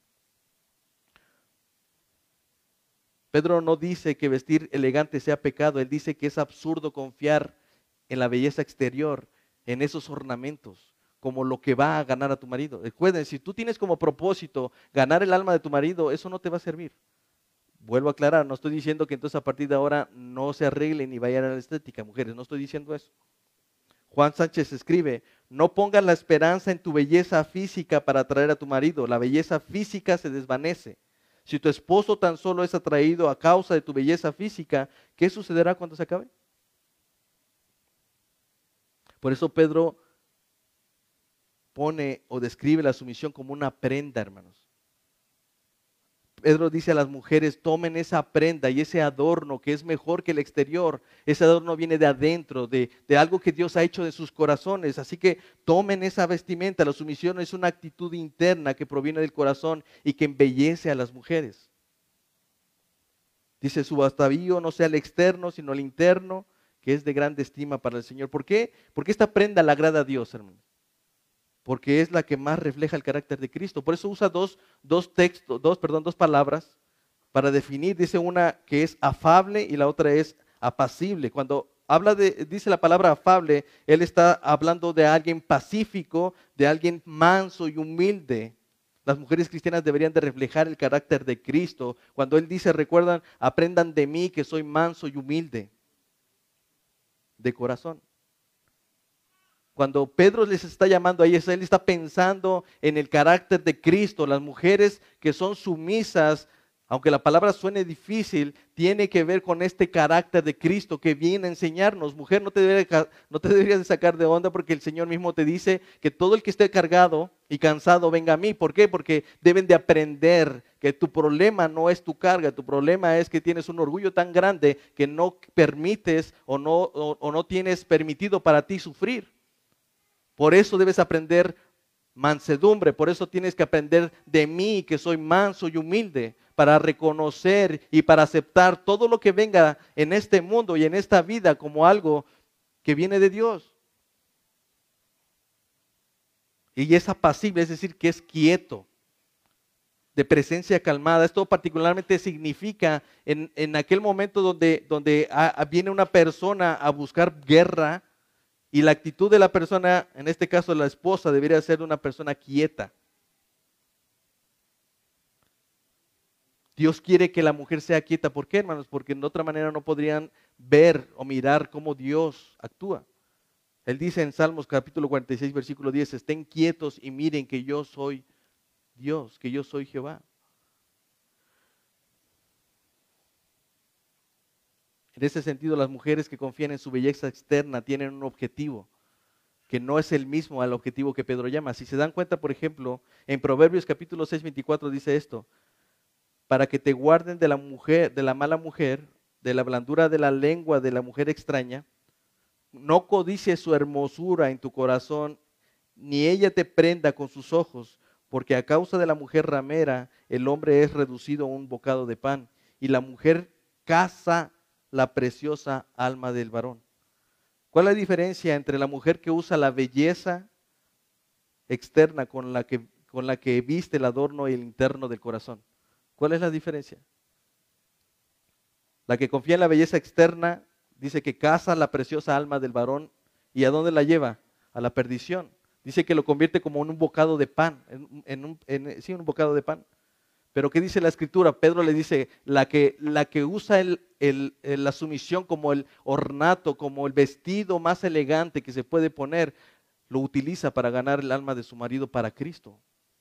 Pedro no dice que vestir elegante sea pecado, él dice que es absurdo confiar en la belleza exterior, en esos ornamentos, como lo que va a ganar a tu marido. Recuerden, si tú tienes como propósito ganar el alma de tu marido, eso no te va a servir. Vuelvo a aclarar, no estoy diciendo que entonces a partir de ahora no se arreglen ni vayan a la estética, mujeres, no estoy diciendo eso. Juan Sánchez escribe, no pongas la esperanza en tu belleza física para atraer a tu marido, la belleza física se desvanece. Si tu esposo tan solo es atraído a causa de tu belleza física, ¿qué sucederá cuando se acabe? Por eso Pedro pone o describe la sumisión como una prenda, hermanos. Pedro dice a las mujeres, tomen esa prenda y ese adorno que es mejor que el exterior. Ese adorno viene de adentro, de, de algo que Dios ha hecho de sus corazones. Así que tomen esa vestimenta. La sumisión es una actitud interna que proviene del corazón y que embellece a las mujeres. Dice, su atavío no sea el externo, sino el interno, que es de grande estima para el Señor. ¿Por qué? Porque esta prenda le agrada a Dios, hermanos. Porque es la que más refleja el carácter de Cristo. Por eso usa dos, dos textos, dos, perdón, dos palabras para definir. Dice una que es afable y la otra es apacible. Cuando habla de, dice la palabra afable, él está hablando de alguien pacífico, de alguien manso y humilde. Las mujeres cristianas deberían de reflejar el carácter de Cristo. Cuando él dice, recuerdan, aprendan de mí que soy manso y humilde de corazón. Cuando Pedro les está llamando a ellos, él está pensando en el carácter de Cristo. Las mujeres que son sumisas, aunque la palabra suene difícil, tiene que ver con este carácter de Cristo que viene a enseñarnos. Mujer, no te, debería, no te deberías de sacar de onda porque el Señor mismo te dice que todo el que esté cargado y cansado venga a mí. ¿Por qué? Porque deben de aprender que tu problema no es tu carga, tu problema es que tienes un orgullo tan grande que no permites o no, o, o no tienes permitido para ti sufrir. Por eso debes aprender mansedumbre, por eso tienes que aprender de mí, que soy manso y humilde, para reconocer y para aceptar todo lo que venga en este mundo y en esta vida como algo que viene de Dios. Y es apacible, es decir, que es quieto, de presencia calmada. Esto particularmente significa en, en aquel momento donde, donde a, a viene una persona a buscar guerra, y la actitud de la persona, en este caso la esposa, debería ser una persona quieta. Dios quiere que la mujer sea quieta. ¿Por qué, hermanos? Porque de otra manera no podrían ver o mirar cómo Dios actúa. Él dice en Salmos capítulo cuarenta y seis, versículo diez, estén quietos y miren que yo soy Dios, que yo soy Jehová. En ese sentido, las mujeres que confían en su belleza externa tienen un objetivo que no es el mismo al objetivo que Pedro llama. Si se dan cuenta, por ejemplo, en Proverbios capítulo seis, veinticuatro dice esto, para que te guarden de la mujer, de la mala mujer, de la blandura de la lengua de la mujer extraña, no codicies su hermosura en tu corazón, ni ella te prenda con sus ojos, porque a causa de la mujer ramera, el hombre es reducido a un bocado de pan, y la mujer caza la preciosa alma del varón. ¿Cuál es la diferencia entre la mujer que usa la belleza externa con la que, con la que viste el adorno y el interno del corazón? ¿Cuál es la diferencia? La que confía en la belleza externa dice que caza la preciosa alma del varón. ¿Y a dónde la lleva? A la perdición. Dice que lo convierte como en un bocado de pan, en, en un, en, sí, un bocado de pan. Pero ¿qué dice la Escritura? Pedro le dice, la que, la que usa el, el, el, la sumisión como el ornato, como el vestido más elegante que se puede poner, lo utiliza para ganar el alma de su marido para Cristo.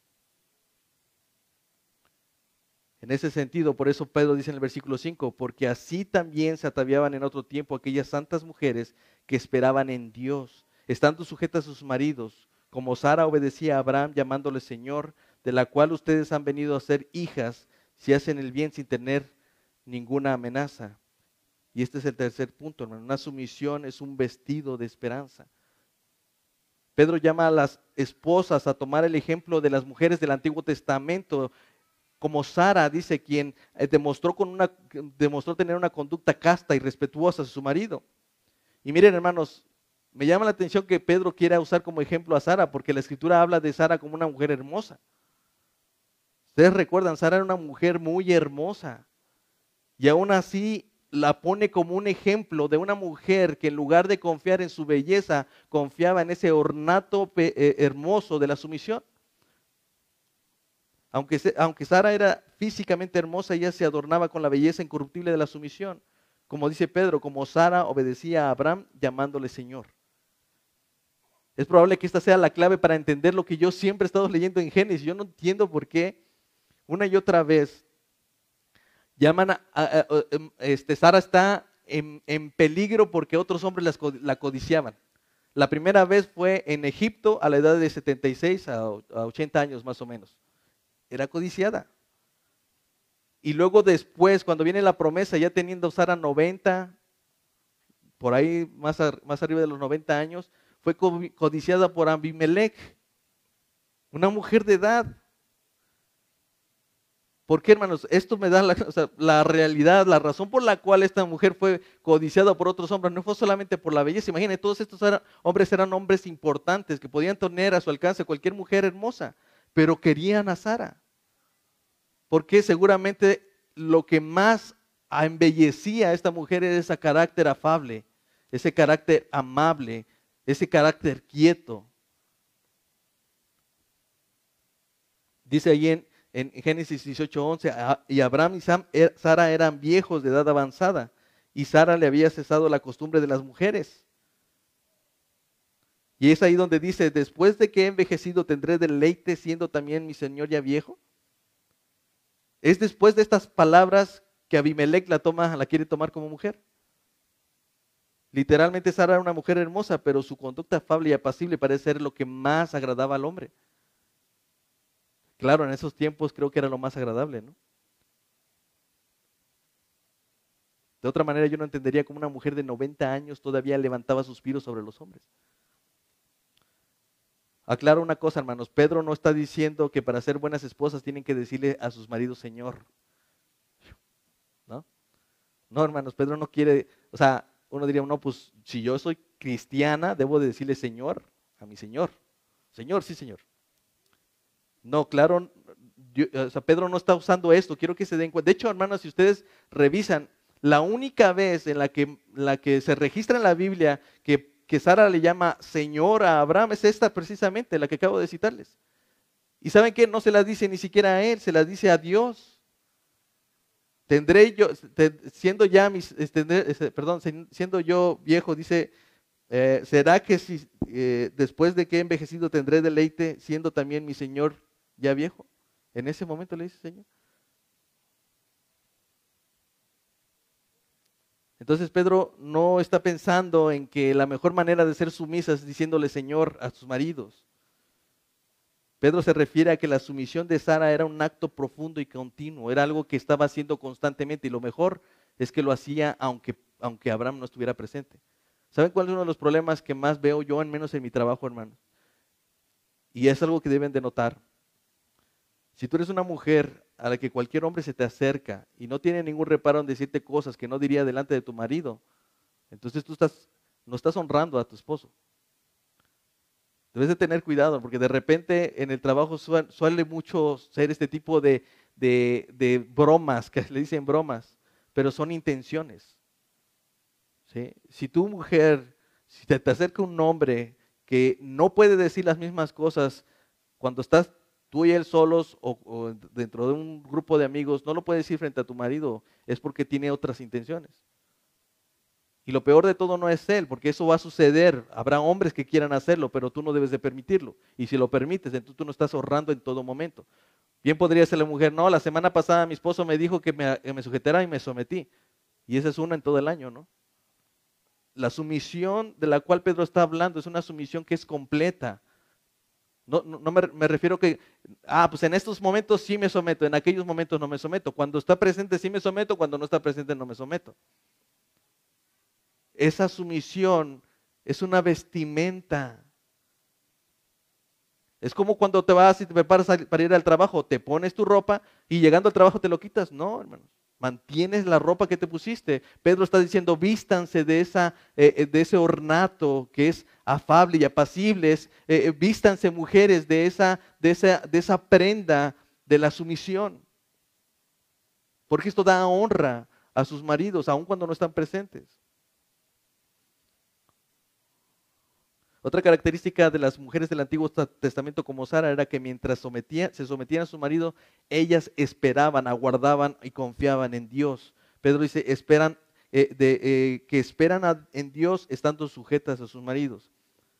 En ese sentido, por eso Pedro dice en el versículo cinco, porque así también se ataviaban en otro tiempo aquellas santas mujeres que esperaban en Dios, estando sujetas a sus maridos, como Sara obedecía a Abraham llamándole Señor, de la cual ustedes han venido a ser hijas si hacen el bien sin tener ninguna amenaza. Y este es el tercer punto, hermano. Una sumisión es un vestido de esperanza. Pedro llama a las esposas a tomar el ejemplo de las mujeres del Antiguo Testamento, como Sara, dice, quien eh, demostró, con una, demostró tener una conducta casta y respetuosa a su marido. Y miren, hermanos, me llama la atención que Pedro quiera usar como ejemplo a Sara, porque la Escritura habla de Sara como una mujer hermosa. Ustedes recuerdan, Sara era una mujer muy hermosa, y aún así la pone como un ejemplo de una mujer que en lugar de confiar en su belleza, confiaba en ese ornato eh, hermoso de la sumisión. Aunque, aunque Sara era físicamente hermosa, ella se adornaba con la belleza incorruptible de la sumisión. Como dice Pedro, como Sara obedecía a Abraham llamándole Señor. Es probable que esta sea la clave para entender lo que yo siempre he estado leyendo en Génesis. Yo no entiendo por qué una y otra vez llaman a, a, a, a este, Sara está en, en peligro porque otros hombres las, la codiciaban. La primera vez fue en Egipto a la edad de setenta y seis a ochenta años más o menos. Era codiciada. Y luego después, cuando viene la promesa, ya teniendo Sara noventa, por ahí más, a, más arriba de los noventa años, fue codiciada por Abimelech, una mujer de edad. ¿Por qué, hermanos? Esto me da la, o sea, la realidad, la razón por la cual esta mujer fue codiciada por otros hombres, no fue solamente por la belleza. Imagínense, todos estos eran, hombres eran hombres importantes que podían tener a su alcance cualquier mujer hermosa, pero querían a Sara. Porque seguramente lo que más embellecía a esta mujer era ese carácter afable, ese carácter amable, ese carácter quieto. Dice ahí en, en Génesis dieciocho once, y Abraham y Sam, Sara eran viejos de edad avanzada, y Sara le había cesado la costumbre de las mujeres. Y es ahí donde dice, después de que he envejecido tendré deleite siendo también mi señor ya viejo. Es después de estas palabras que Abimelech la toma, la quiere tomar como mujer. Literalmente Sara era una mujer hermosa, pero su conducta afable y apacible parece ser lo que más agradaba al hombre. Claro, en esos tiempos creo que era lo más agradable, ¿no? De otra manera yo no entendería cómo una mujer de noventa años todavía levantaba suspiros sobre los hombres. Aclaro una cosa, hermanos, Pedro no está diciendo que para ser buenas esposas tienen que decirle a sus maridos Señor. ¿No? No, hermanos, Pedro no quiere, o sea, uno diría, no, pues si yo soy cristiana, debo de decirle Señor a mi Señor. Señor, sí, Señor. No, claro, yo, o sea, Pedro no está usando esto, quiero que se den cuenta. De hecho, hermanos, si ustedes revisan, la única vez en la que, la que se registra en la Biblia que que Sara le llama Señor a Abraham, es esta precisamente, la que acabo de citarles. ¿Y saben qué? No se la dice ni siquiera a él, se la dice a Dios. Tendré yo, siendo ya mis, tendré, perdón, siendo yo viejo, dice, eh, ¿será que si eh, después de que he envejecido tendré deleite, siendo también mi Señor ya viejo? En ese momento le dice Señor. Entonces Pedro no está pensando en que la mejor manera de ser sumisa es diciéndole Señor a sus maridos. Pedro se refiere a que la sumisión de Sara era un acto profundo y continuo, era algo que estaba haciendo constantemente y lo mejor es que lo hacía aunque, aunque Abraham no estuviera presente. ¿Saben cuál es uno de los problemas que más veo yo, al menos en mi trabajo, hermanos? Y es algo que deben de notar. Si tú eres una mujer a la que cualquier hombre se te acerca y no tiene ningún reparo en decirte cosas que no diría delante de tu marido, entonces tú estás, no estás honrando a tu esposo. Debes de tener cuidado porque de repente en el trabajo suele, suele mucho ser este tipo de, de, de bromas, que le dicen bromas, pero son intenciones. ¿Sí? Si tu mujer, si te, te acerca un hombre que no puede decir las mismas cosas cuando estás tú y él solos o, o dentro de un grupo de amigos, no lo puedes decir frente a tu marido, es porque tiene otras intenciones. Y lo peor de todo no es él, porque eso va a suceder. Habrá hombres que quieran hacerlo, pero tú no debes de permitirlo. Y si lo permites, entonces tú no estás honrando en todo momento. Bien podría ser la mujer, no, la semana pasada mi esposo me dijo que me, que me sujetara y me sometí. Y esa es una en todo el año, ¿no? La sumisión de la cual Pedro está hablando es una sumisión que es completa. No, no, no me, me refiero que, ah, pues en estos momentos sí me someto, en aquellos momentos no me someto. Cuando está presente sí me someto, cuando no está presente no me someto. Esa sumisión es una vestimenta. Es como cuando te vas y te preparas para ir al trabajo, te pones tu ropa y llegando al trabajo te lo quitas. No, hermanos. Mantienes la ropa que te pusiste. Pedro está diciendo, vístanse de, esa, eh, de ese ornato que es afable y apacible. Es, eh, vístanse mujeres de esa, de, esa, de esa prenda de la sumisión. Porque esto da honra a sus maridos, aun cuando no están presentes. Otra característica de las mujeres del Antiguo Testamento como Sara era que mientras sometía, se sometían a su marido, ellas esperaban, aguardaban y confiaban en Dios. Pedro dice, esperan, eh, de, eh, que esperan a, en Dios estando sujetas a sus maridos.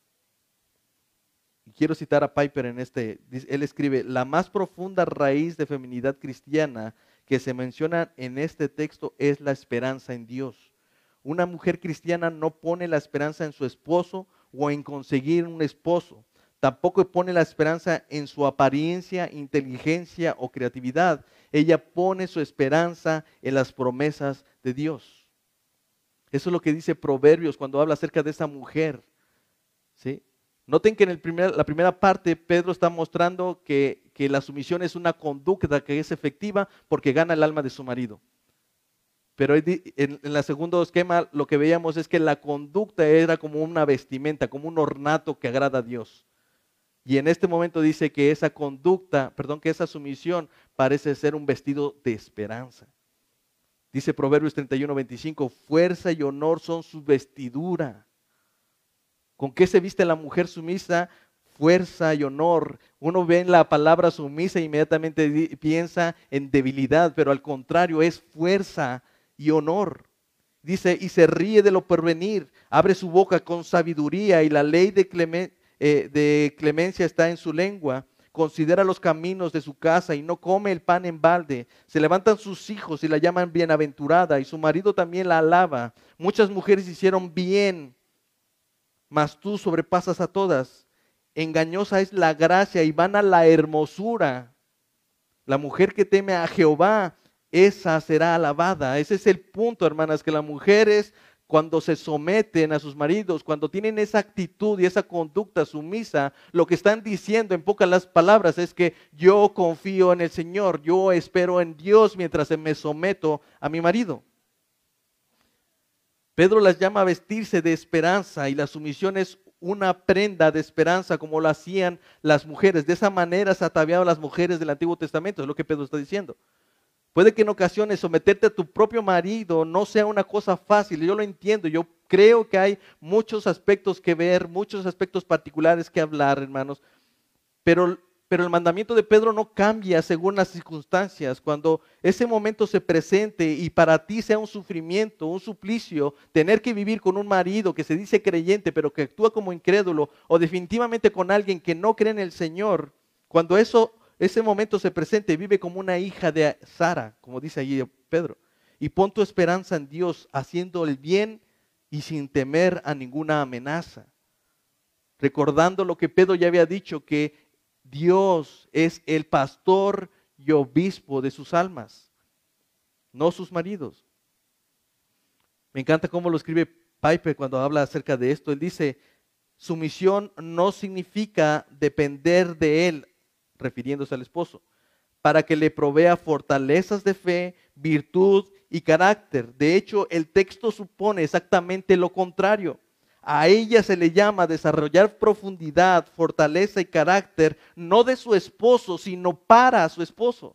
Y quiero citar a Piper en este, él escribe, la más profunda raíz de feminidad cristiana que se menciona en este texto es la esperanza en Dios. Una mujer cristiana no pone la esperanza en su esposo o en conseguir un esposo. Tampoco pone la esperanza en su apariencia, inteligencia o creatividad. Ella pone su esperanza en las promesas de Dios. Eso es lo que dice Proverbios cuando habla acerca de esa mujer. ¿Sí? Noten que en el primer, la primera parte Pedro está mostrando que, que la sumisión es una conducta que es efectiva porque gana el alma de su marido. Pero en, en el segundo esquema lo que veíamos es que la conducta era como una vestimenta, como un ornato que agrada a Dios. Y en este momento dice que esa conducta, perdón, que esa sumisión parece ser un vestido de esperanza. Dice Proverbios treinta y uno, veinticinco, fuerza y honor son su vestidura. ¿Con qué se viste la mujer sumisa? Fuerza y honor. Uno ve en la palabra sumisa e inmediatamente piensa en debilidad, pero al contrario es fuerza y honor. Dice, y se ríe de lo porvenir, abre su boca con sabiduría y la ley de, clemen, eh, de clemencia está en su lengua. Considera los caminos de su casa y no come el pan en balde. Se levantan sus hijos y la llaman bienaventurada y su marido también la alaba. Muchas mujeres hicieron bien, mas tú sobrepasas a todas. Engañosa es la gracia y vana la hermosura. La mujer que teme a Jehová, esa será alabada. Ese es el punto, hermanas, que las mujeres cuando se someten a sus maridos, cuando tienen esa actitud y esa conducta sumisa, lo que están diciendo en pocas las palabras es que yo confío en el Señor, yo espero en Dios mientras me someto a mi marido. Pedro las llama a vestirse de esperanza y la sumisión es una prenda de esperanza como lo hacían las mujeres. De esa manera se ataviaban las mujeres del Antiguo Testamento, es lo que Pedro está diciendo. Puede que en ocasiones someterte a tu propio marido no sea una cosa fácil, yo lo entiendo, yo creo que hay muchos aspectos que ver, muchos aspectos particulares que hablar, hermanos, pero, pero el mandamiento de Pedro no cambia según las circunstancias. Cuando ese momento se presente y para ti sea un sufrimiento, un suplicio, tener que vivir con un marido que se dice creyente pero que actúa como incrédulo o definitivamente con alguien que no cree en el Señor, cuando eso ese momento se presente, vive como una hija de Sara, como dice allí Pedro. Y pon tu esperanza en Dios, haciendo el bien y sin temer a ninguna amenaza. Recordando lo que Pedro ya había dicho, que Dios es el pastor y obispo de sus almas, no sus maridos. Me encanta cómo lo escribe Piper cuando habla acerca de esto. Él dice, sumisión no significa depender de él, refiriéndose al esposo, para que le provea fortalezas de fe, virtud y carácter. De hecho, el texto supone exactamente lo contrario. A ella se le llama desarrollar profundidad, fortaleza y carácter, no de su esposo, sino para su esposo.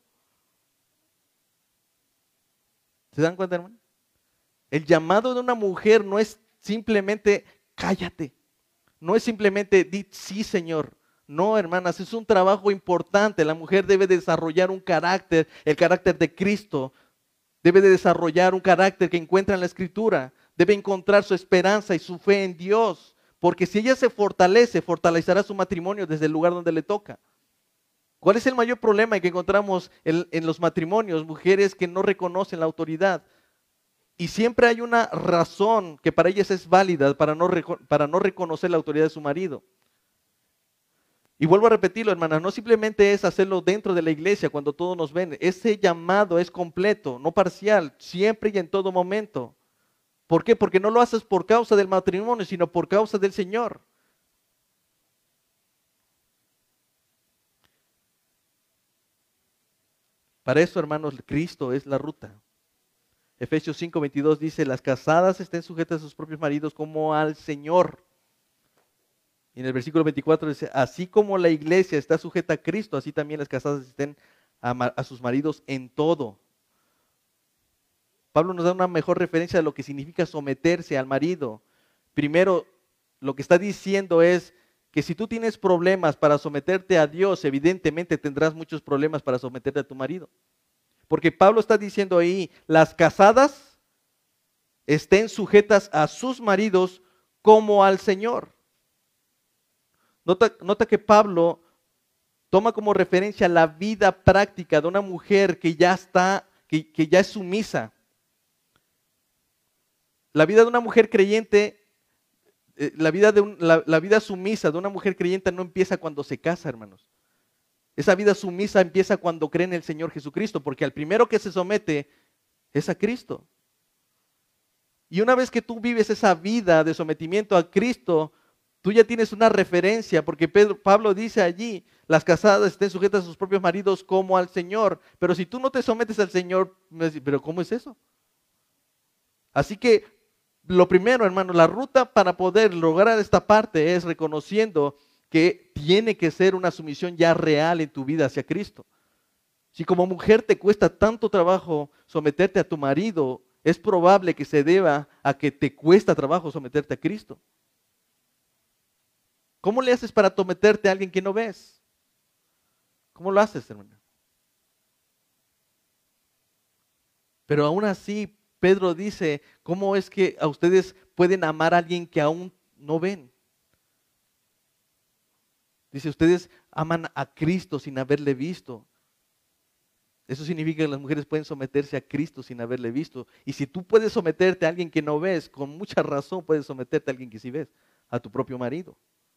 ¿Se dan cuenta, hermano? El llamado de una mujer no es simplemente cállate, no es simplemente di sí, Señor. No, hermanas, es un trabajo importante. La mujer debe desarrollar un carácter, el carácter de Cristo. Debe de desarrollar un carácter que encuentra en la Escritura. Debe encontrar su esperanza y su fe en Dios. Porque si ella se fortalece, fortalecerá su matrimonio desde el lugar donde le toca. ¿Cuál es el mayor problema que encontramos en, en los matrimonios? Mujeres que no reconocen la autoridad. Y siempre hay una razón que para ellas es válida para no, para no reconocer la autoridad de su marido. Y vuelvo a repetirlo, hermanas, no simplemente es hacerlo dentro de la iglesia cuando todos nos ven. Ese llamado es completo, no parcial, siempre y en todo momento. ¿Por qué? Porque no lo haces por causa del matrimonio, sino por causa del Señor. Para eso, hermanos, Cristo es la ruta. Efesios cinco veintidós dice, las casadas estén sujetas a sus propios maridos como al Señor. Y en el versículo veinticuatro dice, así como la iglesia está sujeta a Cristo, así también las casadas estén a, a sus maridos en todo. Pablo nos da una mejor referencia de lo que significa someterse al marido. Primero, lo que está diciendo es que si tú tienes problemas para someterte a Dios, evidentemente tendrás muchos problemas para someterte a tu marido. Porque Pablo está diciendo ahí, las casadas estén sujetas a sus maridos como al Señor. Nota, nota que Pablo toma como referencia la vida práctica de una mujer que ya está, que, que ya es sumisa. La vida de una mujer creyente, eh, la, vida de un, la, la vida sumisa de una mujer creyente no empieza cuando se casa, hermanos. Esa vida sumisa empieza cuando cree en el Señor Jesucristo, porque al primero que se somete es a Cristo. Y una vez que tú vives esa vida de sometimiento a Cristo, tú ya tienes una referencia, porque Pedro, Pablo dice allí, las casadas estén sujetas a sus propios maridos como al Señor. Pero si tú no te sometes al Señor, ¿pero cómo es eso? Así que lo primero, hermano, la ruta para poder lograr esta parte es reconociendo que tiene que ser una sumisión ya real en tu vida hacia Cristo. Si como mujer te cuesta tanto trabajo someterte a tu marido, es probable que se deba a que te cuesta trabajo someterte a Cristo. ¿Cómo le haces para someterte a alguien que no ves? ¿Cómo lo haces, hermano? Pero aún así, Pedro dice, ¿cómo es que a ustedes pueden amar a alguien que aún no ven? Dice, ustedes aman a Cristo sin haberle visto. Eso significa que las mujeres pueden someterse a Cristo sin haberle visto. Y si tú puedes someterte a alguien que no ves, con mucha razón puedes someterte a alguien que sí ves, a tu propio marido.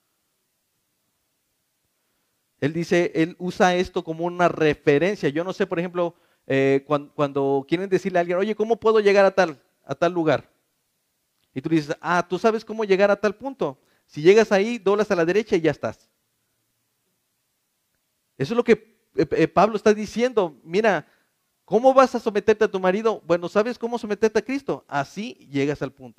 Él dice, él usa esto como una referencia. Yo no sé, por ejemplo, eh, cuando, cuando quieren decirle a alguien, oye, ¿cómo puedo llegar a tal, a tal lugar? Y tú dices, ah, ¿tú sabes cómo llegar a tal punto? Si llegas ahí, doblas a la derecha y ya estás. Eso es lo que eh, eh, Pablo está diciendo. Mira, ¿cómo vas a someterte a tu marido? Bueno, ¿sabes cómo someterte a Cristo? Así llegas al punto.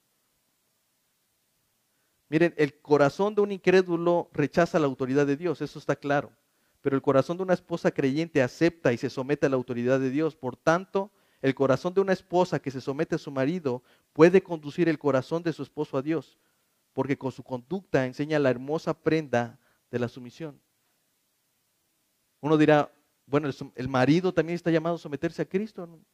Miren, el corazón de un incrédulo rechaza la autoridad de Dios, eso está claro. Pero el corazón de una esposa creyente acepta y se somete a la autoridad de Dios. Por tanto, el corazón de una esposa que se somete a su marido puede conducir el corazón de su esposo a Dios, porque con su conducta enseña la hermosa prenda de la sumisión. Uno dirá, bueno, el, el marido también está llamado a someterse a Cristo, ¿no?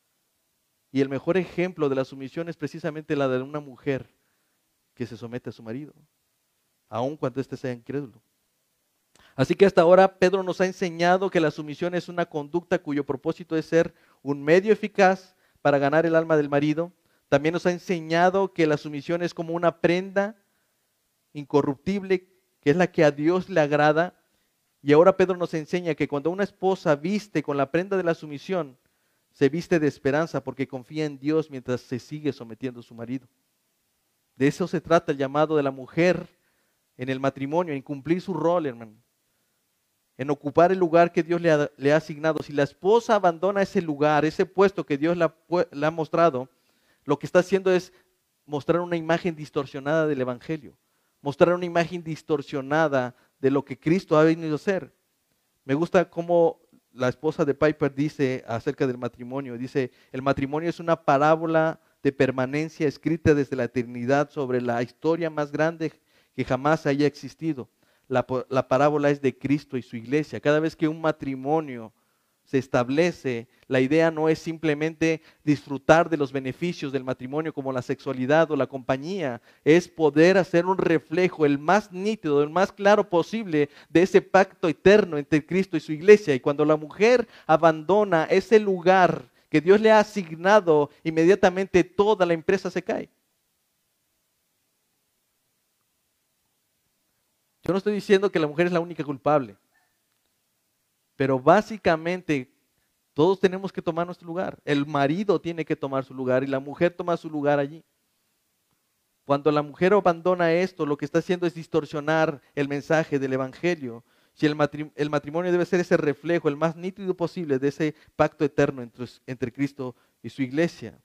Y el mejor ejemplo de la sumisión es precisamente la de una mujer que se somete a su marido, aun cuando éste sea incrédulo. Así que hasta ahora Pedro nos ha enseñado que la sumisión es una conducta cuyo propósito es ser un medio eficaz para ganar el alma del marido. También nos ha enseñado que la sumisión es como una prenda incorruptible, que es la que a Dios le agrada. Y ahora Pedro nos enseña que cuando una esposa viste con la prenda de la sumisión, se viste de esperanza porque confía en Dios mientras se sigue sometiendo a su marido. De eso se trata el llamado de la mujer en el matrimonio, en cumplir su rol, hermano. En ocupar el lugar que Dios le ha, le ha asignado. Si la esposa abandona ese lugar, ese puesto que Dios le ha, le ha mostrado, lo que está haciendo es mostrar una imagen distorsionada del Evangelio. Mostrar una imagen distorsionada de lo que Cristo ha venido a hacer. Me gusta cómo la esposa de Piper dice acerca del matrimonio. Dice, el matrimonio es una parábola de permanencia escrita desde la eternidad sobre la historia más grande que jamás haya existido. La, la parábola es de Cristo y su iglesia. Cada vez que un matrimonio se establece, la idea no es simplemente disfrutar de los beneficios del matrimonio como la sexualidad o la compañía, es poder hacer un reflejo el más nítido, el más claro posible de ese pacto eterno entre Cristo y su iglesia. Y cuando la mujer abandona ese lugar que Dios le ha asignado, inmediatamente toda la empresa se cae. Yo no estoy diciendo que la mujer es la única culpable, pero básicamente todos tenemos que tomar nuestro lugar. El marido tiene que tomar su lugar y la mujer toma su lugar allí. Cuando la mujer abandona esto, lo que está haciendo es distorsionar el mensaje del evangelio. Si el matrim- el matrimonio debe ser ese reflejo, el más nítido posible de ese pacto eterno entre, entre Cristo y su iglesia.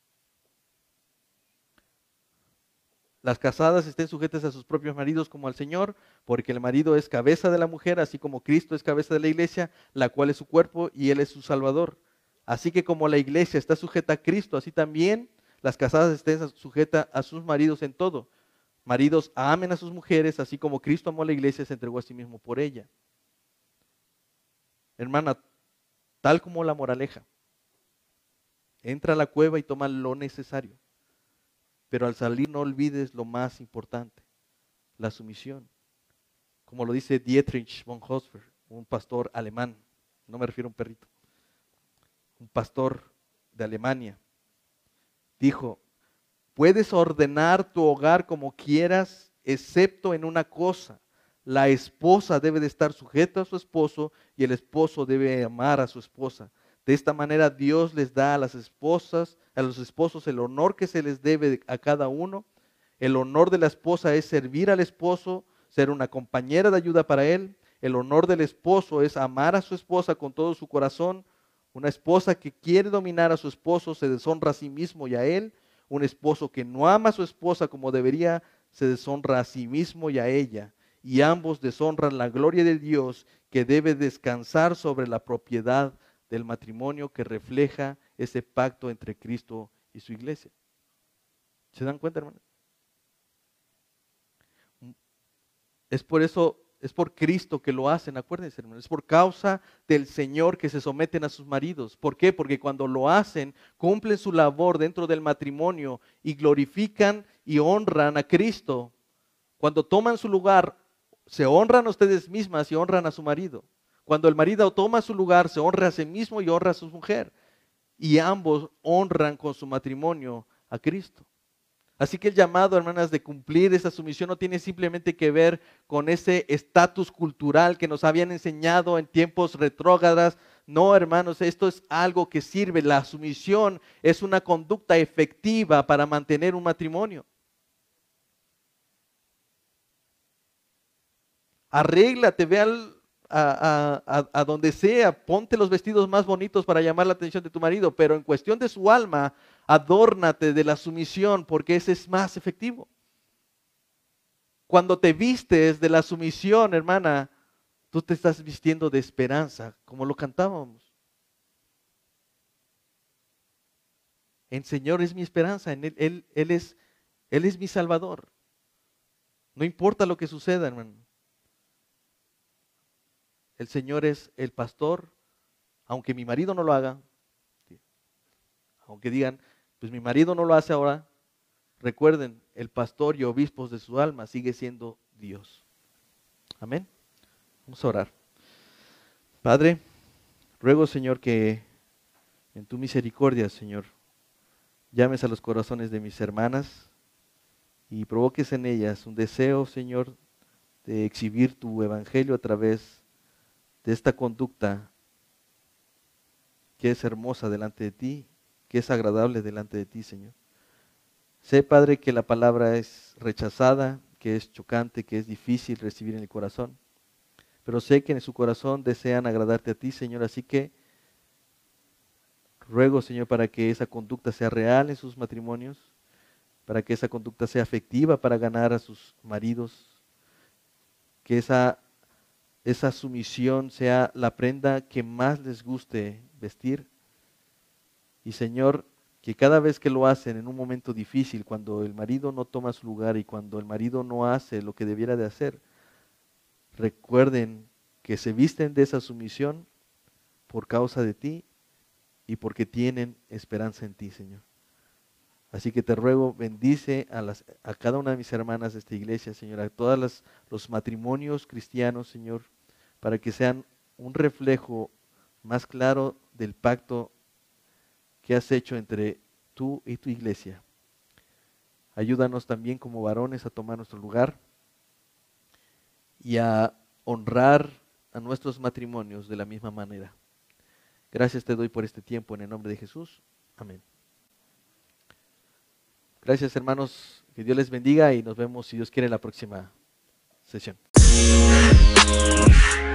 Las casadas estén sujetas a sus propios maridos como al Señor, porque el marido es cabeza de la mujer, así como Cristo es cabeza de la iglesia, la cual es su cuerpo y Él es su Salvador. Así que como la iglesia está sujeta a Cristo, así también las casadas estén sujetas a sus maridos en todo. Maridos, amen a sus mujeres, así como Cristo amó a la iglesia y se entregó a sí mismo por ella. Hermana, tal como la moraleja, entra a la cueva y toma lo necesario. Pero al salir no olvides lo más importante, la sumisión. Como lo dice Dietrich Bonhoeffer, un pastor alemán, no me refiero a un perrito, un pastor de Alemania, dijo, puedes ordenar tu hogar como quieras, excepto en una cosa. La esposa debe de estar sujeta a su esposo y el esposo debe amar a su esposa. De esta manera Dios les da a las esposas, a los esposos el honor que se les debe a cada uno. El honor de la esposa es servir al esposo, ser una compañera de ayuda para él. El honor del esposo es amar a su esposa con todo su corazón. Una esposa que quiere dominar a su esposo se deshonra a sí mismo y a él. Un esposo que no ama a su esposa como debería se deshonra a sí mismo y a ella. Y ambos deshonran la gloria de Dios que debe descansar sobre la propiedad del matrimonio que refleja ese pacto entre Cristo y su iglesia. ¿Se dan cuenta, hermano? Es por eso, es por Cristo que lo hacen, acuérdense, hermano. Es por causa del Señor que se someten a sus maridos. ¿Por qué? Porque cuando lo hacen, cumplen su labor dentro del matrimonio y glorifican y honran a Cristo. Cuando toman su lugar, se honran a ustedes mismas y honran a su marido. Cuando el marido toma su lugar, se honra a sí mismo y honra a su mujer. Y ambos honran con su matrimonio a Cristo. Así que el llamado, hermanas, de cumplir esa sumisión no tiene simplemente que ver con ese estatus cultural que nos habían enseñado en tiempos retrógradas. No, hermanos, esto es algo que sirve. La sumisión es una conducta efectiva para mantener un matrimonio. Arréglate, ve al, a, a, a, a donde sea, ponte los vestidos más bonitos para llamar la atención de tu marido, pero en cuestión de su alma, adórnate de la sumisión porque ese es más efectivo. Cuando te vistes de la sumisión, hermana, tú te estás vistiendo de esperanza, como lo cantábamos. El Señor es mi esperanza, en Él, Él, Él, es, Él es mi Salvador. No importa lo que suceda, hermano. El Señor es el pastor, aunque mi marido no lo haga, aunque digan, pues mi marido no lo hace ahora, recuerden, el pastor y obispos de su alma sigue siendo Dios. Amén. Vamos a orar. Padre, ruego, Señor, que en tu misericordia, Señor, llames a los corazones de mis hermanas y provoques en ellas un deseo, Señor, de exhibir tu evangelio a través de esta conducta que es hermosa delante de ti, que es agradable delante de ti, Señor. Sé, Padre, que la palabra es rechazada, que es chocante, que es difícil recibir en el corazón, pero sé que en su corazón desean agradarte a ti, Señor, así que ruego, Señor, para que esa conducta sea real en sus matrimonios, para que esa conducta sea efectiva para ganar a sus maridos, que esa esa sumisión sea la prenda que más les guste vestir. Y Señor, que cada vez que lo hacen en un momento difícil, cuando el marido no toma su lugar y cuando el marido no hace lo que debiera de hacer, recuerden que se visten de esa sumisión por causa de ti y porque tienen esperanza en ti, Señor. Así que te ruego, bendice a, las, a cada una de mis hermanas de esta iglesia, Señor, a todos los matrimonios cristianos, Señor, para que sean un reflejo más claro del pacto que has hecho entre tú y tu iglesia. Ayúdanos también como varones a tomar nuestro lugar y a honrar a nuestros matrimonios de la misma manera. Gracias te doy por este tiempo en el nombre de Jesús. Amén. Gracias, hermanos. Que Dios les bendiga y nos vemos, si Dios quiere, en la próxima sesión.